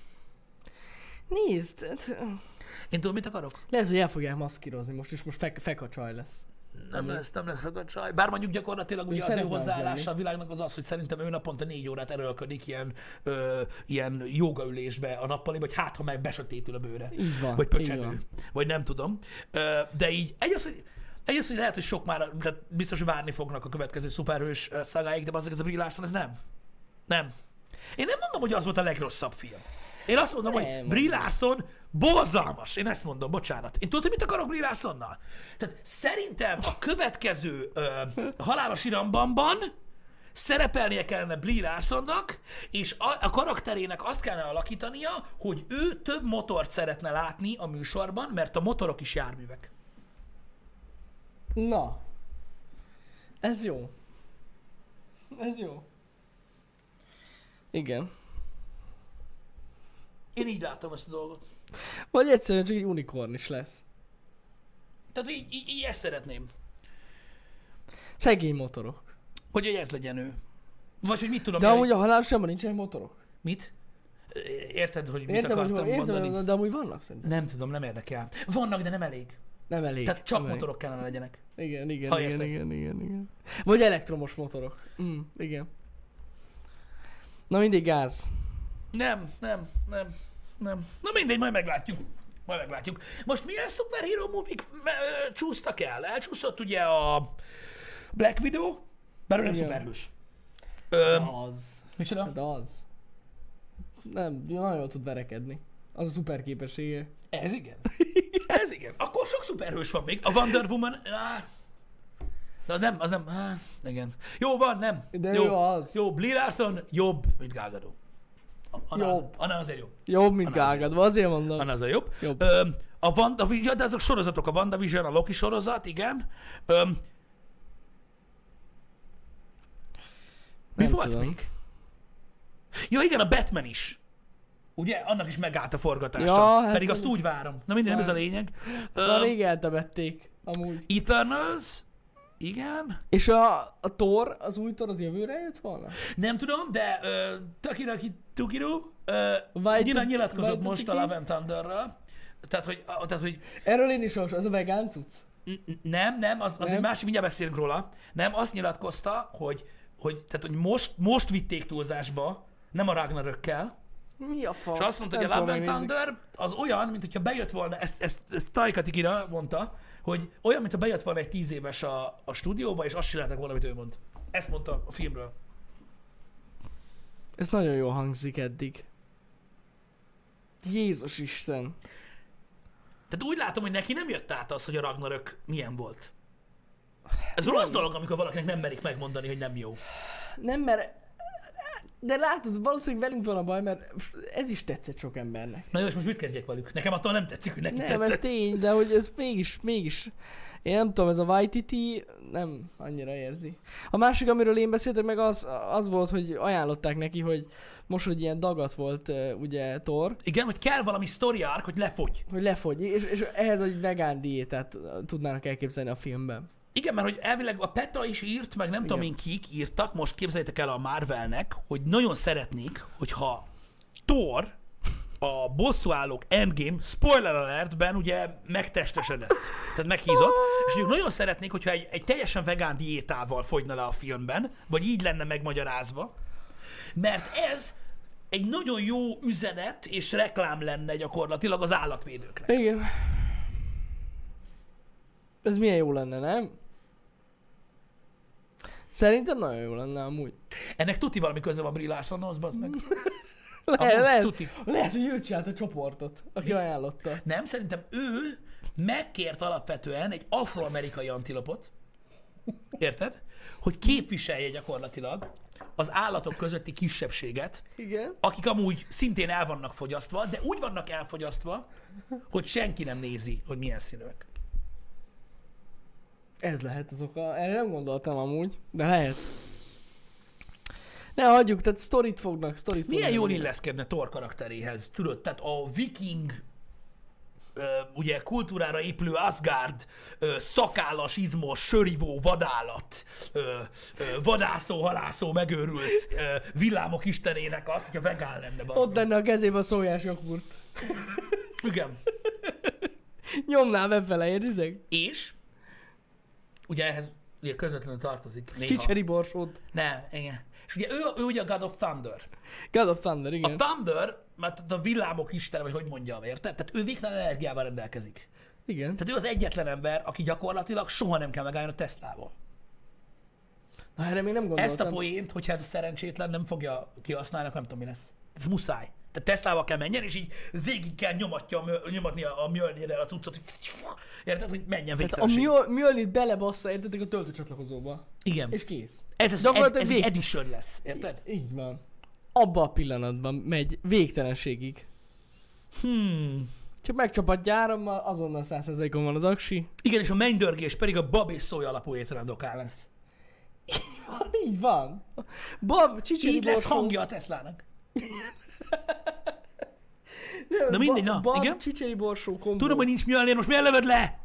Nézd, hát, Én tudom, mit akarok? lehet, hogy el fogják maszkírozni most, és most fek, fek a csaj lesz. Nem lesz, nem lesz fekad csaj. Bár mondjuk gyakorlatilag ugye az ő szeretne az hozzáállása lenni. a világnak az az, hogy szerintem ő naponta négy órát erőlködik ilyen, ö, ilyen jogaülésbe a nappaliba, vagy hát, ha meg besötétül a bőre. Így van, Vagy így pöcsegő. van. Vagy nem tudom. Ö, de így, egy az, hogy, egy az, hogy lehet, hogy sok már, tehát biztos, hogy várni fognak a következő szuperhős ö, szagáig, de bazdmeg ez a Brie Larson, ez nem. Nem. Én nem mondom, hogy az volt a legrosszabb film. Én azt mondom, Nem, hogy mondom. Brie Larson borzalmas. Én ezt mondom, bocsánat. Én tudod, hogy mit akarok Brie Larsonnal? Tehát szerintem a következő ö, Halálos Irambanban szerepelnie kellene Brie Larsonnak, és a, a karakterének azt kellene alakítania, hogy ő több motort szeretne látni a műsorban, mert a motorok is járművek. Na. Ez jó. Ez jó. Igen. Én így látom ezt a dolgot. Vagy egyszerűen csak egy unikorn is lesz. Tehát így, így, így ezt szeretném, Szegény motorok. hogy ez legyen ő. Vagy hogy mit tudom De én, amúgy hogy- a halálosabban nincsenek motorok. Mit? Érted, hogy mit Értem, hogy akartam van, értem, mondani? hogy- de amúgy vannak szerintem. Nem tudom, nem érdekel. Vannak, de nem elég. Nem elég. Tehát csak nem elég. motorok kellene legyenek. Igen, igen, Ha igen, érted. igen, igen, igen. Vagy elektromos motorok. Mm, igen. Na mindig gáz. Nem, nem, nem, nem. Na mindegy, majd meglátjuk. Majd meglátjuk. Most milyen szuperhíró movie csúsztak el? Elcsúszott ugye a Black Widow, bár ő nem Igen. szuperhős. Ö, Az. micsoda? Hát az. Nem, nagyon jól tud verekedni. Az a szuper képessége. Ez igen. Ez igen. Akkor sok szuperhős van még. A Wonder Woman... Á, de az nem, az nem... Á, igen. Jó van, nem. De jó, ő az. Jó, Brie Larson jobb, mint Gal Gadot. Anna, az, Jobb. Anna azért jobb. Jobb, mint Anna azért. Gágadva, azért mondom. Anna azért jobb. Jobb. Ö, a WandaVision, de azok sorozatok, a WandaVision, a Loki sorozat, igen. Ö, mi Nem volt tudom. még? Ja igen, a Batman is. Ugye? Annak is megállt a forgatása. Ja, hát Pedig azt nem- úgy várom. Na minden, nem ez a Vár. lényeg. Ezt már Ö, rég eltemették, amúgy. Eternals, igen. És a, a Thor, az új Thor, az jövőre jött volna? Nem tudom, de uh, Takiraki Tukiru uh, Waititi- nyilván nyilatkozott Waititi- most a Love and Thunderről. Tehát, hogy, a- tehát, hogy Erről én is olvastam, ez a vegán cucc? n- n- nem, nem, az, az Nem? egy másik, mindjárt beszélünk róla. Nem, azt nyilatkozta, hogy, hogy, tehát, hogy most, most vitték túlzásba, nem a Ragnarökkel, Mi a fasz? és azt mondta, hogy a Nem Love and tudom megnézni. Thunder az olyan, mint hogyha bejött volna, ezt, ezt, ezt Taika Tikira mondta, hogy olyan, mintha bejött volna egy tíz éves a, a stúdióba, és azt csináltak volna, amit ő mond. Ezt mondta a filmről. Ez nagyon jól hangzik eddig. Jézus Isten. Tehát úgy látom, hogy neki nem jött át az, hogy a Ragnarök milyen volt. Ez rossz dolog, amikor valakinek nem merik megmondani, hogy nem jó. Nem, mert... De látod, valószínűleg velünk van a baj, mert ez is tetszett sok embernek. Na jó, és most mit kezdjek velük? Nekem attól nem tetszik, hogy neki Nem, ez tetszett. tény, de hogy ez mégis, mégis... Én nem tudom, ez a Waititi nem annyira érzi. A másik, amiről én beszéltek meg, az, az volt, hogy ajánlották neki, hogy most, hogy ilyen dagat volt uh, ugye Thor, Igen, hogy kell valami story arc, hogy lefogy. hogy lefogy, és, és ehhez egy vegán diétát uh, tudnának elképzelni a filmben. Igen, mert hogy elvileg a PETA is írt, meg nem tudom én kik írtak, most képzeljétek el a Marvelnek, hogy nagyon szeretnék, hogyha Thor a bosszúállók Endgame spoiler alertben ugye megtestesedett, tehát meghízott, és ők nagyon szeretnék, hogyha egy, egy teljesen vegán diétával fogyna le a filmben, vagy így lenne megmagyarázva, mert ez egy nagyon jó üzenet és reklám lenne gyakorlatilag az állatvédőknek. Igen. Ez milyen jó lenne, nem? Szerintem nagyon jó lenne amúgy. Ennek tuti valami köze van Brie Larsonhoz, bazd meg. Le, Amúgy lehet, tuti. lehet, hogy ő csinált a csoportot, aki ajánlotta. Nem, szerintem ő megkért alapvetően egy afroamerikai antilopot, érted? Hogy képviselje gyakorlatilag az állatok közötti kisebbséget, Igen. akik amúgy szintén el vannak fogyasztva, de úgy vannak elfogyasztva, hogy senki nem nézi, hogy milyen színűek. Ez lehet az oka. Erre nem gondoltam amúgy, de lehet. Ne hagyjuk, tehát sztorit fognak, sztorit fognak. Milyen jól illeszkedne Thor karakteréhez, tudod? Tehát a viking ö, ugye kultúrára épülő Asgard, ö, szakállas, izmos, sörivó vadállat, ö, ö, vadászó, halászó, megőrülsz, ö, villámok istenének az, hogyha vegán lenne. bazd Ott meg. lenne a kezében a szójás joghurt. Igen. Nyomná befele, értitek? És ugye ehhez ugye közvetlenül tartozik néha. Csicseri borsót. Nem, igen. És ugye ő, ő ugye a God of Thunder. God of Thunder, A igen. Thunder, mert a villámok istene, vagy hogy mondjam, érted? Tehát ő végtelen energiával rendelkezik. Igen. Tehát ő az egyetlen ember, aki gyakorlatilag soha nem kell megállni a Teslával. Na, erre még nem gondoltam. Ezt a poént, hogyha ez a szerencsétlen nem fogja kihasználni, akkor nem tudom, mi lesz. Ez muszáj. Tehát Teslával kell menjen, és így végig kell nyomatja, a mö- nyomatni a, a Mjölnirrel a cuccot, hogy érted, hogy menjen Tehát a végtelenség. Mjölnit belebassza, értetek, a töltőcsatlakozóba. Igen. És kész. Ez, az, Gyakorlatilag ez egy vég- edition lesz, érted? Így van. Abba a pillanatban megy végtelenségig. Hmm. Csak megcsapatja árammal, azonnal száz százalékon van az aksi. Igen, és a mennydörgés pedig a bab és szója alapú étrendokán lesz. Így van. Bab, csicseri Így lesz borsó. hangja a Teslának. Nem, Na mindegy, ba- na, bab, igen. csicseri borsó kombó. Tudom, hogy nincs Mjölnir, most miért lövöd le?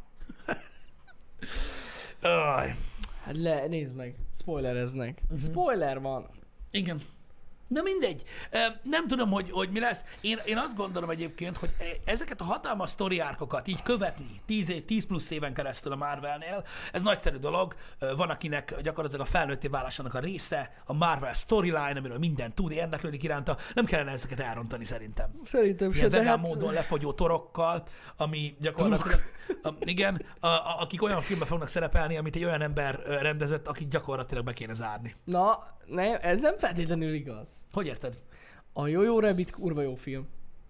Aj. Hát le, nézd meg. Spoilereznek. Mhm. Uh-huh. Spoiler van. Igen. Na mindegy. Ö, Nem tudom, hogy, hogy mi lesz. Én, én azt gondolom egyébként, hogy e- ezeket a hatalmas sztori árkokat így követni tíz, év, tíz plusz éven keresztül a Marvelnél, ez nagyszerű dolog. Ö, Van, akinek gyakorlatilag a felnőtté válásának a része, a Marvel storyline, amiről minden tud, érdeklődik iránta. Nem kellene ezeket elrontani szerintem. Szerintem Ilyen se, de vegán hát... módon lefogyó torokkal, ami gyakorlatilag, a, igen, a, a, akik olyan filmben fognak szerepelni, amit egy olyan ember ö, rendezett, akit gyakorlatilag be kéne zárni. Na, ne, ez nem feltétlenül igaz. Hogy érted? A Jojo Rabbit kurva jó film.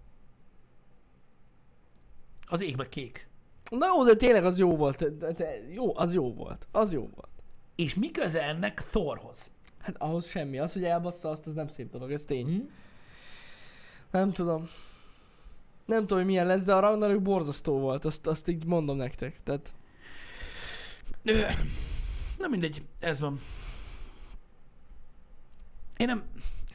Az ég meg kék. Na jó, de tényleg az jó volt. De, de, jó, az jó volt. Az jó volt. És mi köze ennek Thorhoz? Hát ahhoz semmi. Az, hogy elbassza azt, az nem szép dolog, ez tény. Hm? Nem tudom. Nem tudom, hogy milyen lesz, de a Ragnarök borzasztó volt. Azt, azt így mondom nektek. Tehát Ö, Na mindegy, ez van. Én nem...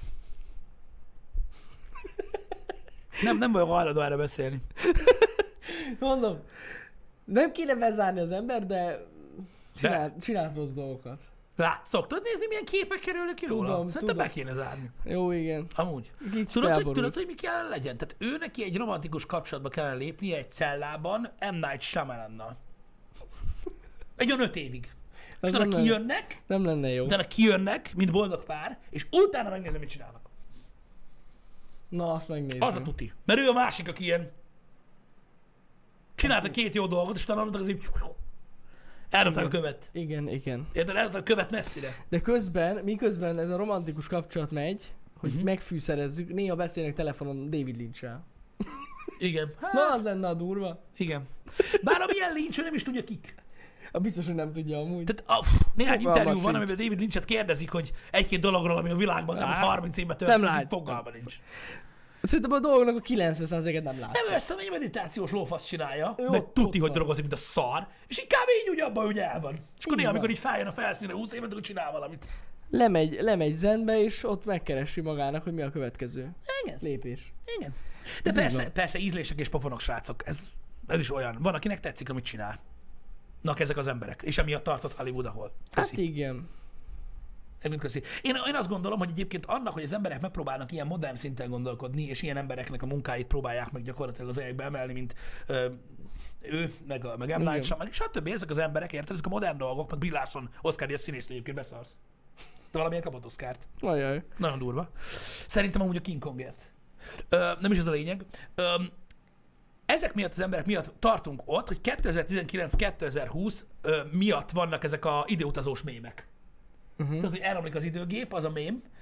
Nem, nem vagyok hajlandó erre beszélni. mondom, nem kéne bezárni az ember, de csinált, csinált rossz dolgokat. Lát, szoktad nézni, milyen képek kerülnek ki róla? Tudom, Szerintem tudom. be kéne zárni. Jó, igen. Amúgy. Kicsit Tudod, hogy, felborult. tudod, hogy mi kellene legyen? Tehát ő neki egy romantikus kapcsolatba kellene lépnie egy cellában M. Night Shyamalannal. Egy olyan öt évig. És Az utána nem lenne- kijönnek, Nem lenne jó. utána kijönnek, mint boldog pár, és utána megnézem, mit csinálnak. Na, azt megnézzük. Az a tuti. Mert ő a másik, aki ilyen csinálta két jó dolgot, és utána annak az így elromták a követ. Igen, igen. Érted? Elromták a követ messzire. De közben, miközben ez a romantikus kapcsolat megy, hogy Mhm. megfűszerezzük, néha beszélnek telefonon David Lynch-el. Igen. Na, Hát, az lenne a durva. igen. Bár amilyen Lynch, ő nem is tudja kik. A biztos, hogy nem tudja amúgy. Tehát a, pff, néhány Fogalma interjú van, sincs. amiben David Lynchet kérdezik, hogy egy-két dologról, ami a világban az elmúlt Á, harminc évben nem történt, lát. fogalma nincs. Szerintem a dolgoknak a kilencven százalékát nem lát. Nem, ő ezt a egy meditációs lófasz csinálja, Ő meg ott- tuti, ott hogy van. drogozik, mint a szar, és így kb. Így úgy abban, hogy el van. És akkor Így néha, van. amikor így feljön a felszínre húsz évet, akkor csinál valamit. Lemegy, lemegy zenbe, és ott megkeresi magának, hogy mi a következő Igen, lépés. igen. De Ez így persze, van. persze ízlések és pofonok, srácok. Ez, ez is olyan. Van, akinek tetszik, amit csinál. Nak ezek az emberek. És emiatt tartott Hollywood, ahol. Köszi. Hát igen. Edmund, köszi. Én, én azt gondolom, hogy egyébként annak, hogy az emberek megpróbálnak ilyen modern szinten gondolkodni, és ilyen embereknek a munkáit próbálják meg gyakorlatilag az egyekbe emelni, mint ö, ő, meg, a, meg M. Night Igen. Shyamalan, meg stb. Ezek az emberek, érted? Ezek a modern dolgok, meg Brie Larson, Oscar díjas színésznő egyébként beszarsz. De valamilyen kapott Oscart. Ajaj. Nagyon durva. Szerintem amúgy a King Kongért. Ö, nem is ez a lényeg. Ö, ezek miatt az emberek miatt tartunk ott, hogy kétezer-tizenkilenc-kétezer-húsz ö, miatt vannak ezek a időutazós mémek. Uh-huh. Tehát, hogy elromlik az időgép, az a mém,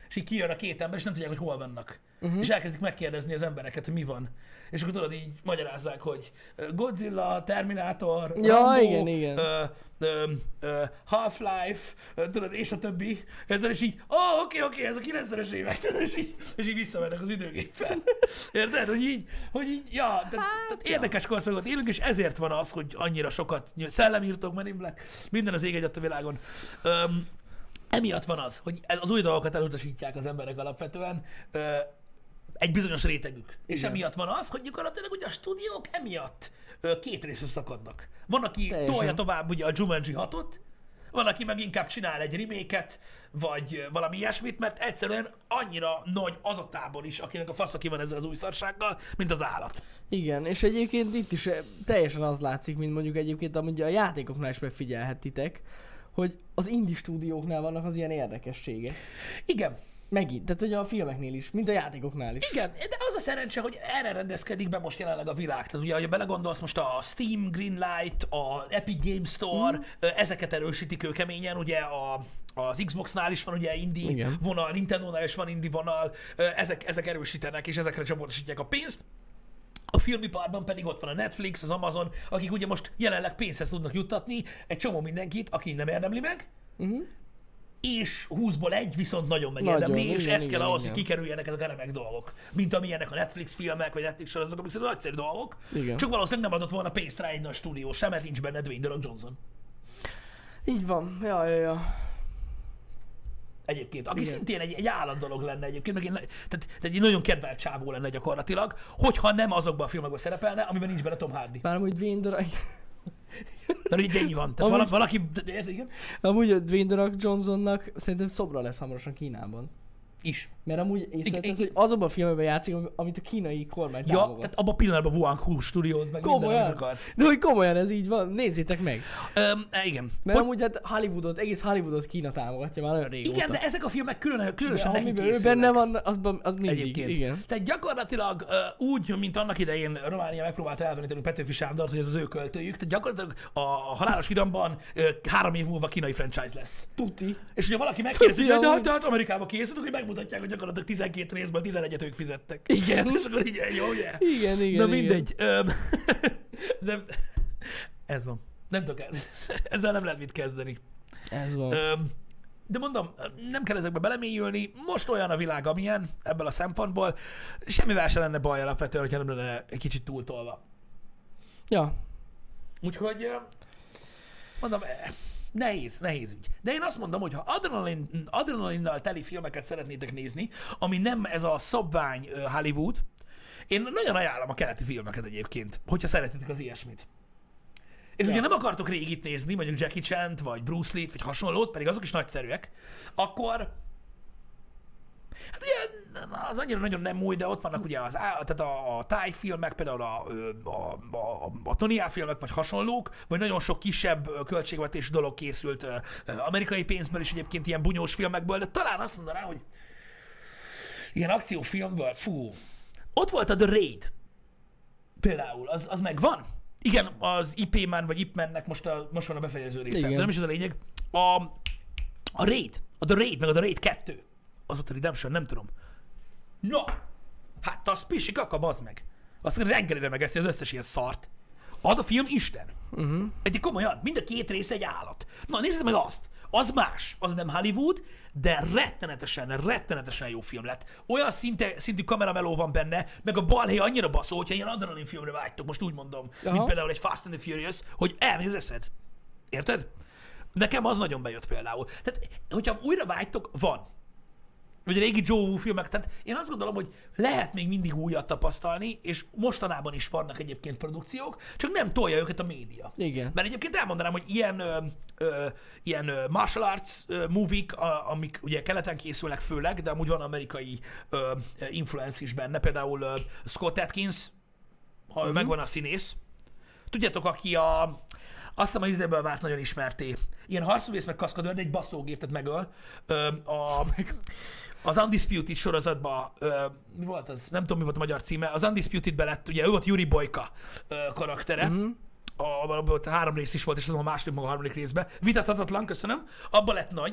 és így kijön a két ember, és nem tudják, hogy hol vannak. Uh-huh. És elkezdik megkérdezni az embereket, hogy mi van. És akkor tudod, így magyarázzák, hogy Godzilla, Terminátor, Ja, Rambo, igen, igen. Ö, ö, ö, Half-Life, ö, tudod, és a többi. Érted? És így, ó, oh, oké, okay, oké, okay, ez a kilencvenes évek, tudod, és így, és így visszamennek az időgéppel. Érted? Hogy így, hogy így, ja, tehát, tehát érdekes korszakot élünk, és ezért van az, hogy annyira sokat, szellemírtók, Men in Black, minden az ég egyet a világon. Öm, emiatt van az, hogy az új dolgokat elutasítják az emberek alapvetően, ö, egy bizonyos rétegük. És Igen. emiatt van az, hogy gyakorlatilag ugye a stúdiók emiatt ö, két részre szakadnak. Van, aki Teljesen. tolja tovább ugye a Jumanji hatot, van, aki meg inkább csinál egy remake-et, vagy ö, valami ilyesmit, mert egyszerűen annyira nagy az a tábor is, akinek a fasz, aki van ezzel az új szarsággal, mint az állat. Igen, és egyébként itt is eh, teljesen az látszik, mint mondjuk egyébként, amit a játékoknál is megfigyelhetitek, hogy az indie stúdióknál vannak az ilyen érdekességek. Igen, Megint, tehát hogy a filmeknél is, mint a játékoknál is. igen, de az a szerencse, hogy erre rendezkedik be most jelenleg a világ. Tehát ugye, ha belegondolsz, most a Steam, Greenlight, a Epic Games Store, mm. ezeket erősítik ő keményen, ugye a, az Xboxnál is van ugye indie Igen. vonal, Nintendónál is van indie vonal, ezek, ezek erősítenek, és ezekre csoportosítják a pénzt. A filmiparban pedig ott van a Netflix, az Amazon, akik ugye most jelenleg pénzhez tudnak juttatni egy csomó mindenkit, aki nem érdemli meg, Uh-huh. és húszból egy viszont nagyon megérdemli, Nagyon, és igen, ez kell igen, ahhoz, igen. hogy kikerüljenek ezek a remek dolgok. Mint amilyenek a Netflix filmek, vagy Netflix sorozatok, amik szerintem nagyszerű dolgok. Igen. Csak valószínűleg nem adott volna pénzt rá egy nagy stúdió sem, mert nincs benne Dwayne The Rock Johnson. Így van, ja, ja, ja. Egyébként, aki Igen. szintén egy, egy állat dolog lenne egyébként, meg egy, na- tehát, tehát egy nagyon kedvelt csávó lenne gyakorlatilag, hogyha nem azokban a filmekben szerepelne, amiben nincs benne Tom Hardy. Bár amúgy Dwayne The Rock, Mert ugye ennyi van. Tehát Amúgy- vala, valaki... de- de- Igen? amúgy a Dwayne The Rock Johnsonnak szerintem szobra lesz hamarosan Kínában. Is. Mert amúgy észrevetted, igen. hogy azokban a filmekben játszik, amit a kínai kormány Ja, támogat. tehát abban a pillanatban Wuhan Hu Studios, meg minden, Komolyan? amit akarsz. De hogy komolyan ez így van, nézzétek meg. Öm, e, igen. Mert Hogy- amúgy hát Hollywoodot, egész Hollywoodot Kína támogatja már nagyon régóta. Igen, de ezek a filmek külön, különösen de neki amiben ő készülnek. benne van, azban, az mindig. Egyébként. Igen. Tehát gyakorlatilag uh, úgy, mint annak idején Románia megpróbálta elvenni tőlünk Petőfi Sándort, hogy ez az ő költőjük, tehát gyakorlatilag a, a halálos iramban uh, három év múlva kínai franchise lesz. Tuti. És ugye valaki megkérdezi, Tuti, hogy de, amúgy. de hát Amerikába készült, hogy megmutatják, hogy gyakorlatilag tizenkét részből tizenegyet ők fizettek. Igen. És akkor így, jó, yeah. Igen, igen, Na igen. mindegy. Öm, nem, ez van. Nem tudok el. Ezzel nem lehet mit kezdeni. Ez van. Öm, de mondom, nem kell ezekbe belemélyülni, most olyan a világ, amilyen ebből a szempontból, semmivel se lenne baj alapvetően, hogyha nem lenne egy kicsit túltolva. Ja. Úgyhogy ö, mondom, eh, nehéz, nehéz ügy. De én azt mondom, hogy ha adrenalin, adrenalinnal teli filmeket szeretnétek nézni, ami nem ez a szabvány ö, Hollywood, én nagyon ajánlom a keleti filmeket egyébként, hogyha szeretitek az ilyesmit. És Ja. ugye nem akartok régit nézni, mondjuk Jackie Chan-t, vagy Bruce Lee-t, vagy hasonlót, pedig azok is nagyszerűek, akkor hát ugye az annyira nagyon nem új, de ott vannak ugye az, á- tehát a, a Thai filmek, például a, a, a, a Tony Jaa filmek, vagy hasonlók, vagy nagyon sok kisebb ö, költségvetésű dolog készült ö, ö, amerikai pénzből is egyébként ilyen bunyós filmekből, de talán azt mondaná, hogy ilyen akciófilmből, fú, ott volt a The Raid, például, az, az megvan. Igen, az I P Man vagy I P Man-nek most, a, most van a befejező része, Igen. de nem is ez a lényeg. A, a Raid, a The Raid, meg a The Raid kettő, az ott a Redemption, nem tudom. No, hát az pisi kaka, bazd meg. Azt reggelire megeszi az összes ilyen szart. Az a film Isten. Uh-huh. Egy komolyan, mind a két része egy állat. Na nézzétek meg azt. Az más, az nem Hollywood, de rettenetesen, rettenetesen jó film lett. Olyan szinte, szintű kamerameló van benne, meg a balhé annyira baszó, hogyha ilyen adrenalin filmre vágytok, most úgy mondom, Aha. mint például egy Fast and the Furious, hogy elmegy az eszed. Érted? Nekem az nagyon bejött például. Tehát, hogyha újra vágytok, van. Vagy régi Joe Woo filmek, tehát én azt gondolom, hogy lehet még mindig újat tapasztalni, és mostanában is vannak egyébként produkciók, csak nem tolja őket a média. Igen. Mert egyébként elmondanám, hogy ilyen, ö, ö, ilyen ö, martial arts ö, movie-k, a, amik ugye keleten készülnek főleg, de amúgy van amerikai ö, influence is benne, például ö, Scott Atkins, ha uh-huh. megvan a színész. Tudjátok, aki a, azt hiszem a izéből vált nagyon ismerté. Ilyen harcművész meg kaszkadőr, de egy basszógép, tehát megöl. Ö, a, az Undisputed sorozatban, ö, mi volt az? Nem tudom, mi volt a magyar címe. Az Undisputed-be lett, ugye ő volt Yuri Boyka ö, karaktere. Uh-huh. A, abban ott három rész is volt, és azon a második maga a harmadik részben. Vitathatatlan, köszönöm. Abba lett nagy,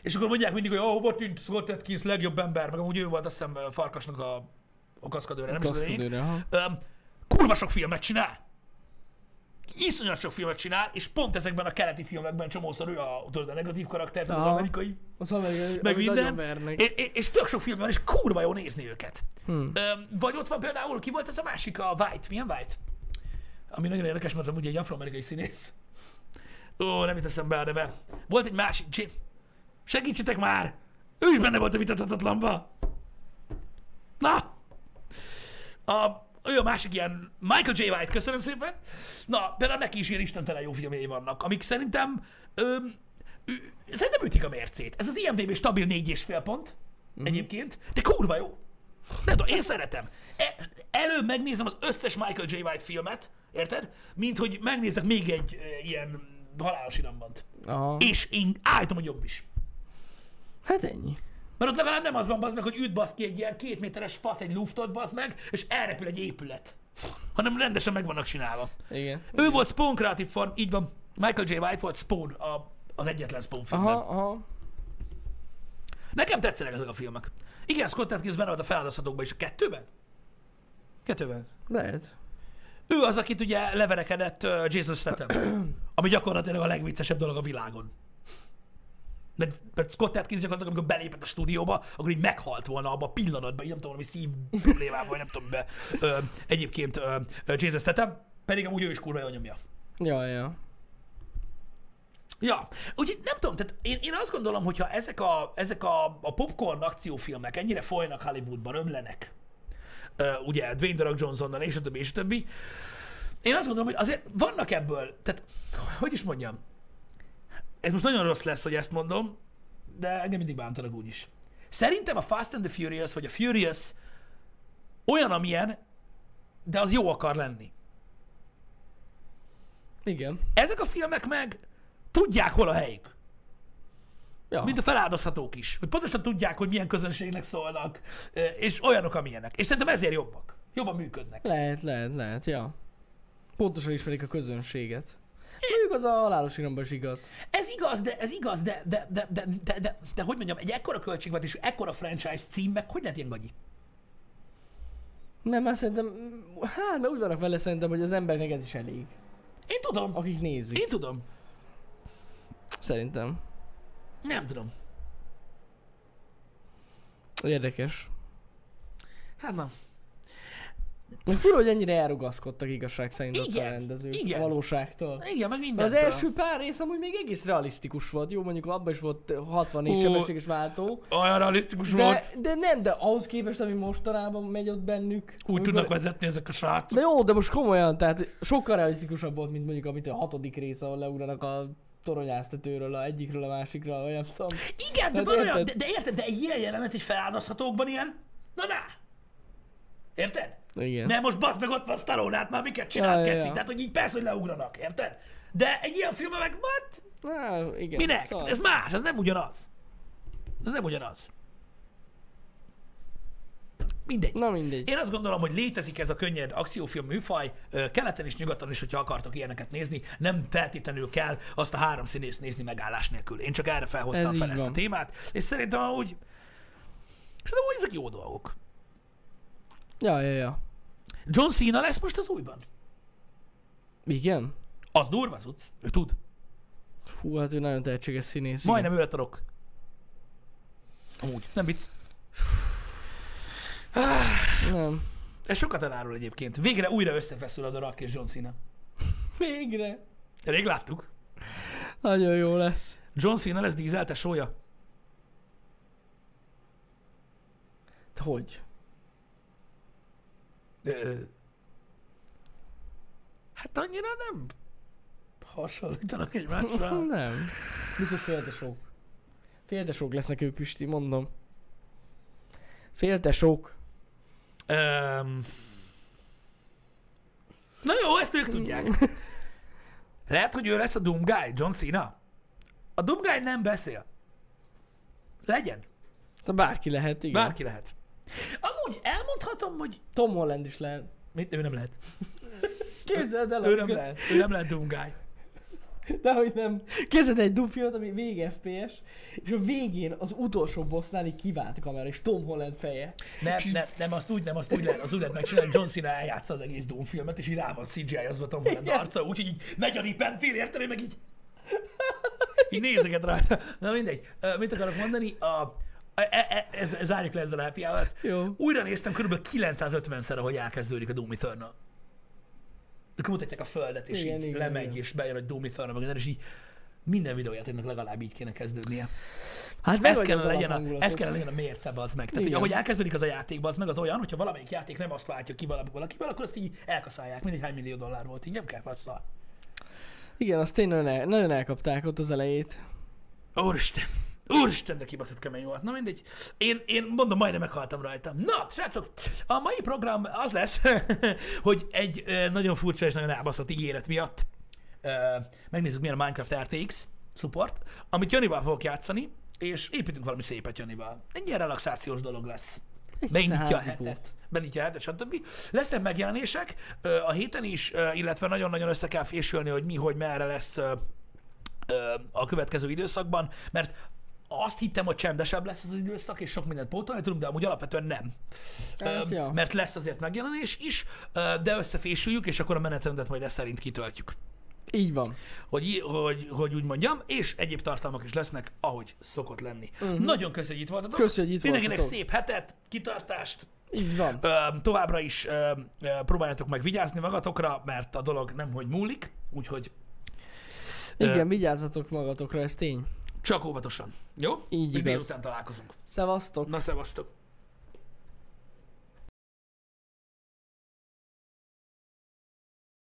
És akkor mondják mindig, hogy ó, oh, volt mint Scott Atkins legjobb ember, meg amúgy ő volt azt hiszem Farkasnak a, a kaszkadőre, nem is az én. Um, kurva sok filmet csinál. Iszonyat sok filmet csinál, és pont ezekben a keleti filmekben csomószor ő a, tudod, a negatív karakter, az amerikai, az amerikai meg minden. És, és tök sok filmben is kurva jó nézni őket. Hmm. Um, vagy ott van például, ki volt ez a másik, a White, milyen White? Ami nagyon érdekes, mert amúgy egy afroamerikai színész. Ó, nem jut eszembe a neve. Volt egy másik, Jim. Segítsetek már! Ő is benne volt a vitathatatlanba. Na! A, ő a másik ilyen Michael J. White, köszönöm szépen. Na, például neki is ilyen istentelen jó filmjei vannak, amik szerintem öm, ő, szerintem ütik a mércét. Ez az I M D B stabil négy és fél pont mm-hmm. egyébként, de kurva jó. Nem tudom, én szeretem. E, előbb megnézem az összes Michael J. White filmet, érted? Mint hogy megnézek még egy e, ilyen halálos irambant. És én állítom, hogy jobb is. Hát ennyi. Mert ott legalább nem az van, bazd meg, hogy üt basz ki egy ilyen két méteres fasz egy luftot, bazd meg, és elrepül egy épület. Hanem rendesen meg vannak csinálva. Igen. Ő igen. volt Spawn Creative Form, így van. Michael J. White volt Spawn, a, az egyetlen Spawn filmben. Aha, aha. Nekem tetszenek ezek a filmek. Igen, Scott Atkins benne volt a feláldozhatókban is. A kettőben? Kettőben. Lehet. Ő az, akit ugye leverekedett uh, Jason Statham, ami gyakorlatilag a legviccesebb dolog a világon. Mert, mert Scott Atkins gyakorlatilag, amikor belépett a stúdióba, akkor így meghalt volna abban a pillanatban, így nem tudom, valami szív problémával, vagy nem tudom be. Ö, egyébként ö, Jason Statham, pedig amúgy ő is kurva jól nyomja. Ja, ja. Ja, úgyhogy nem tudom, tehát én, én azt gondolom, hogyha ezek a, ezek a, a popcorn akciófilmek ennyire folynak Hollywoodban, ömlenek, ö, ugye Dwayne The Rock Johnsonnal, és a többi, és a többi, én azt gondolom, hogy azért vannak ebből, tehát hogy is mondjam, ez most nagyon rossz lesz, hogy ezt mondom, de engem mindig bántanak úgyis. Szerintem a Fast and the Furious, vagy a Furious olyan, amilyen, de az jó akar lenni. Igen. Ezek a filmek meg tudják, hol a helyük. Ja. Mint a feláldozhatók is. Hogy pontosan tudják, hogy milyen közönségnek szólnak, és olyanok, amilyenek. És szerintem ezért jobbak. Jobban működnek. Lehet, lehet, lehet, ja. Pontosan ismerik a közönséget. Mondjuk az a halálos iramban is igaz. Ez igaz, de ez igaz, de, de, de, de, de, de, de hogy mondjam, egy ekkora költségvetés, ekkora franchise cím, meg hogy lehet ilyen gagyi? Nem, mert szerintem, hát mert úgy vannak vele szerintem, hogy az embernek ez is elég. Én tudom. Akik nézik. Én tudom. Szerintem. Nem tudom. Érdekes. Hát nem. Meg fura, hogy ennyire elrugaszkodtak igazság szerint ott a Igen, rendezők igen. a valóságtól. Igen, meg De mindentől. az első pár rész amúgy még egész realisztikus volt. Jó, mondjuk abban is volt hatvannégy Ó, sebességes váltó. Olyan realisztikus De, volt. de nem, de ahhoz képest, ami mostanában megy ott bennük. Úgy amikor... tudnak vezetni ezek a srácok. De jó, de most komolyan, tehát sokkal realisztikusabb volt, mint mondjuk amit a hatodik rész, ahol leugranak a toronyáztetőről, a egyikről a másikra, olyan szóval. Igen, de Tehát van érted? olyan, de, de érted, de egy ilyen jelenet egy feláldozhatókban ilyen, na na. Érted? Igen. Mert most baszd meg ott van Stallone, hát már miket csinál, Ja, ja, keci? ja. Tehát, hogy így persze, hogy leugranak, érted? De egy ilyen filmben meg, what? Á, igen. Minek? Szóval... Ez más, ez nem ugyanaz. Ez nem ugyanaz. Mindegy. Na mindegy. Én azt gondolom, hogy létezik ez a könnyed akciófilm műfaj, ö, keleten és nyugaton is, hogyha akartok ilyeneket nézni, nem feltétlenül kell azt a három színészt nézni megállás nélkül. Én csak erre felhoztam Ez fel így ezt a van. témát, és szerintem úgy, szerintem úgy ezek jó dolgok. Ja, ja, ja. John Cena lesz most az újban. Igen? Az durva cucc, ő tud. Hú, hát ő nagyon tehetséges színész. Majdnem ő lett a Rock. Amúgy, nem vicc. Nem. Ez sokat elárul egyébként. Végre újra összefeszül a The Rock és John Cena. Végre. Rég láttuk. Nagyon jó lesz. John Cena lesz Diesel tesója. Hogy? Ö, hát annyira nem hasonlítanak egymásra. Nem. Biztos féltesók. Féltesók lesznek ők, Pisti, mondom. Féltesók. Um, na jó, ezt ők tudják. Lehet, hogy ő lesz a Doom Guy, John Cena. A Doom Guy nem beszél. Legyen. De bárki lehet, igen. Bárki lehet. Amúgy elmondhatom, hogy... Tom Holland is lehet. Mit? Ő nem lehet. Képzeld el, Ő nem amikor- lehet. Ő nem lehet Doom Guy. De hogy nem. Képzeld egy Doom-filmet, ami vég ef pé es, és a végén az utolsó bossnál így kivált a kamera, és Tom Holland feje. Nem, nem, nem, azt úgy, nem, azt úgy lehet, az úgy lehet megcsinálni, John Cena eljátsza az egész Doom filmet, és így rá van cé gé í-azva Tom Holland arca, úgyhogy így megy a ripen, fél érteni, meg így... Így nézeket rajta. Na mindegy. Uh, mit akarok mondani? A, e, e, ez, ez zárjuk le ezzel a happy hour-t. Jó. Újra néztem körülbelül kilencszázötvenszer, ahogy elkezdődik a Doom Eternal. Akkor mutatják a földet, és Igen, így igen, lemegy, igen. és bejön a Doom Eternal, meg és így minden videójátéknak legalább így kéne kezdődnie. Hát Ez meg kellene, az legyen a, alaphangulatot. ez kellene legyen a mérce, az meg. Tehát, hogy Igen. ahogy elkezdődik az a játékba, az meg az olyan, hogyha valamelyik játék nem azt váltja ki valami- valakivel, akkor azt így elkaszálják, mindegy hány millió dollár volt, így nem kell passzal. Igen, azt tényleg nagyon, el, nagyon elkapták ott az elejét. Úristen! Úristen, de kibaszott kemény volt. Na mindegy. Én, én mondom, majdnem meghaltam rajta. Na, srácok, a mai program az lesz, hogy egy ö, nagyon furcsa és nagyon elbaszott ígéret miatt ö, megnézzük, milyen a Minecraft er té iksz support, amit Janival fogok játszani, és építünk valami szépet Janival. Egy ilyen relaxációs dolog lesz. Beindítja a százikó. hetet, beindítja a hetet, stb. Lesznek megjelenések ö, a héten is, ö, illetve nagyon-nagyon össze kell fésülni, hogy mi, hogy merre lesz ö, ö, a következő időszakban, mert azt hittem, hogy csendesebb lesz ez az időszak, és sok mindent pótolni tudunk, de amúgy alapvetően nem. Hát, Ö, ja. Mert lesz azért megjelenés is, ö, de összefésüljük, és akkor a menetrendet majd ezt szerint kitöltjük. Így van. Hogy, í- hogy, hogy úgy mondjam, és egyéb tartalmak is lesznek, ahogy szokott lenni. Uh-huh. Nagyon köszönjük, hogy itt voltatok. Köszönjük, hogy itt Mindenkinek voltatok. szép hetet, kitartást. Így van. Ö, továbbra is ö, ö, próbáljátok meg vigyázni magatokra, mert a dolog nemhogy múlik, úgyhogy Igen, vigyázzatok magatokra, ez tény. csak óvatosan. Jó? Így Még igaz. délután találkozunk. Szevasztok. Na, szevasztok!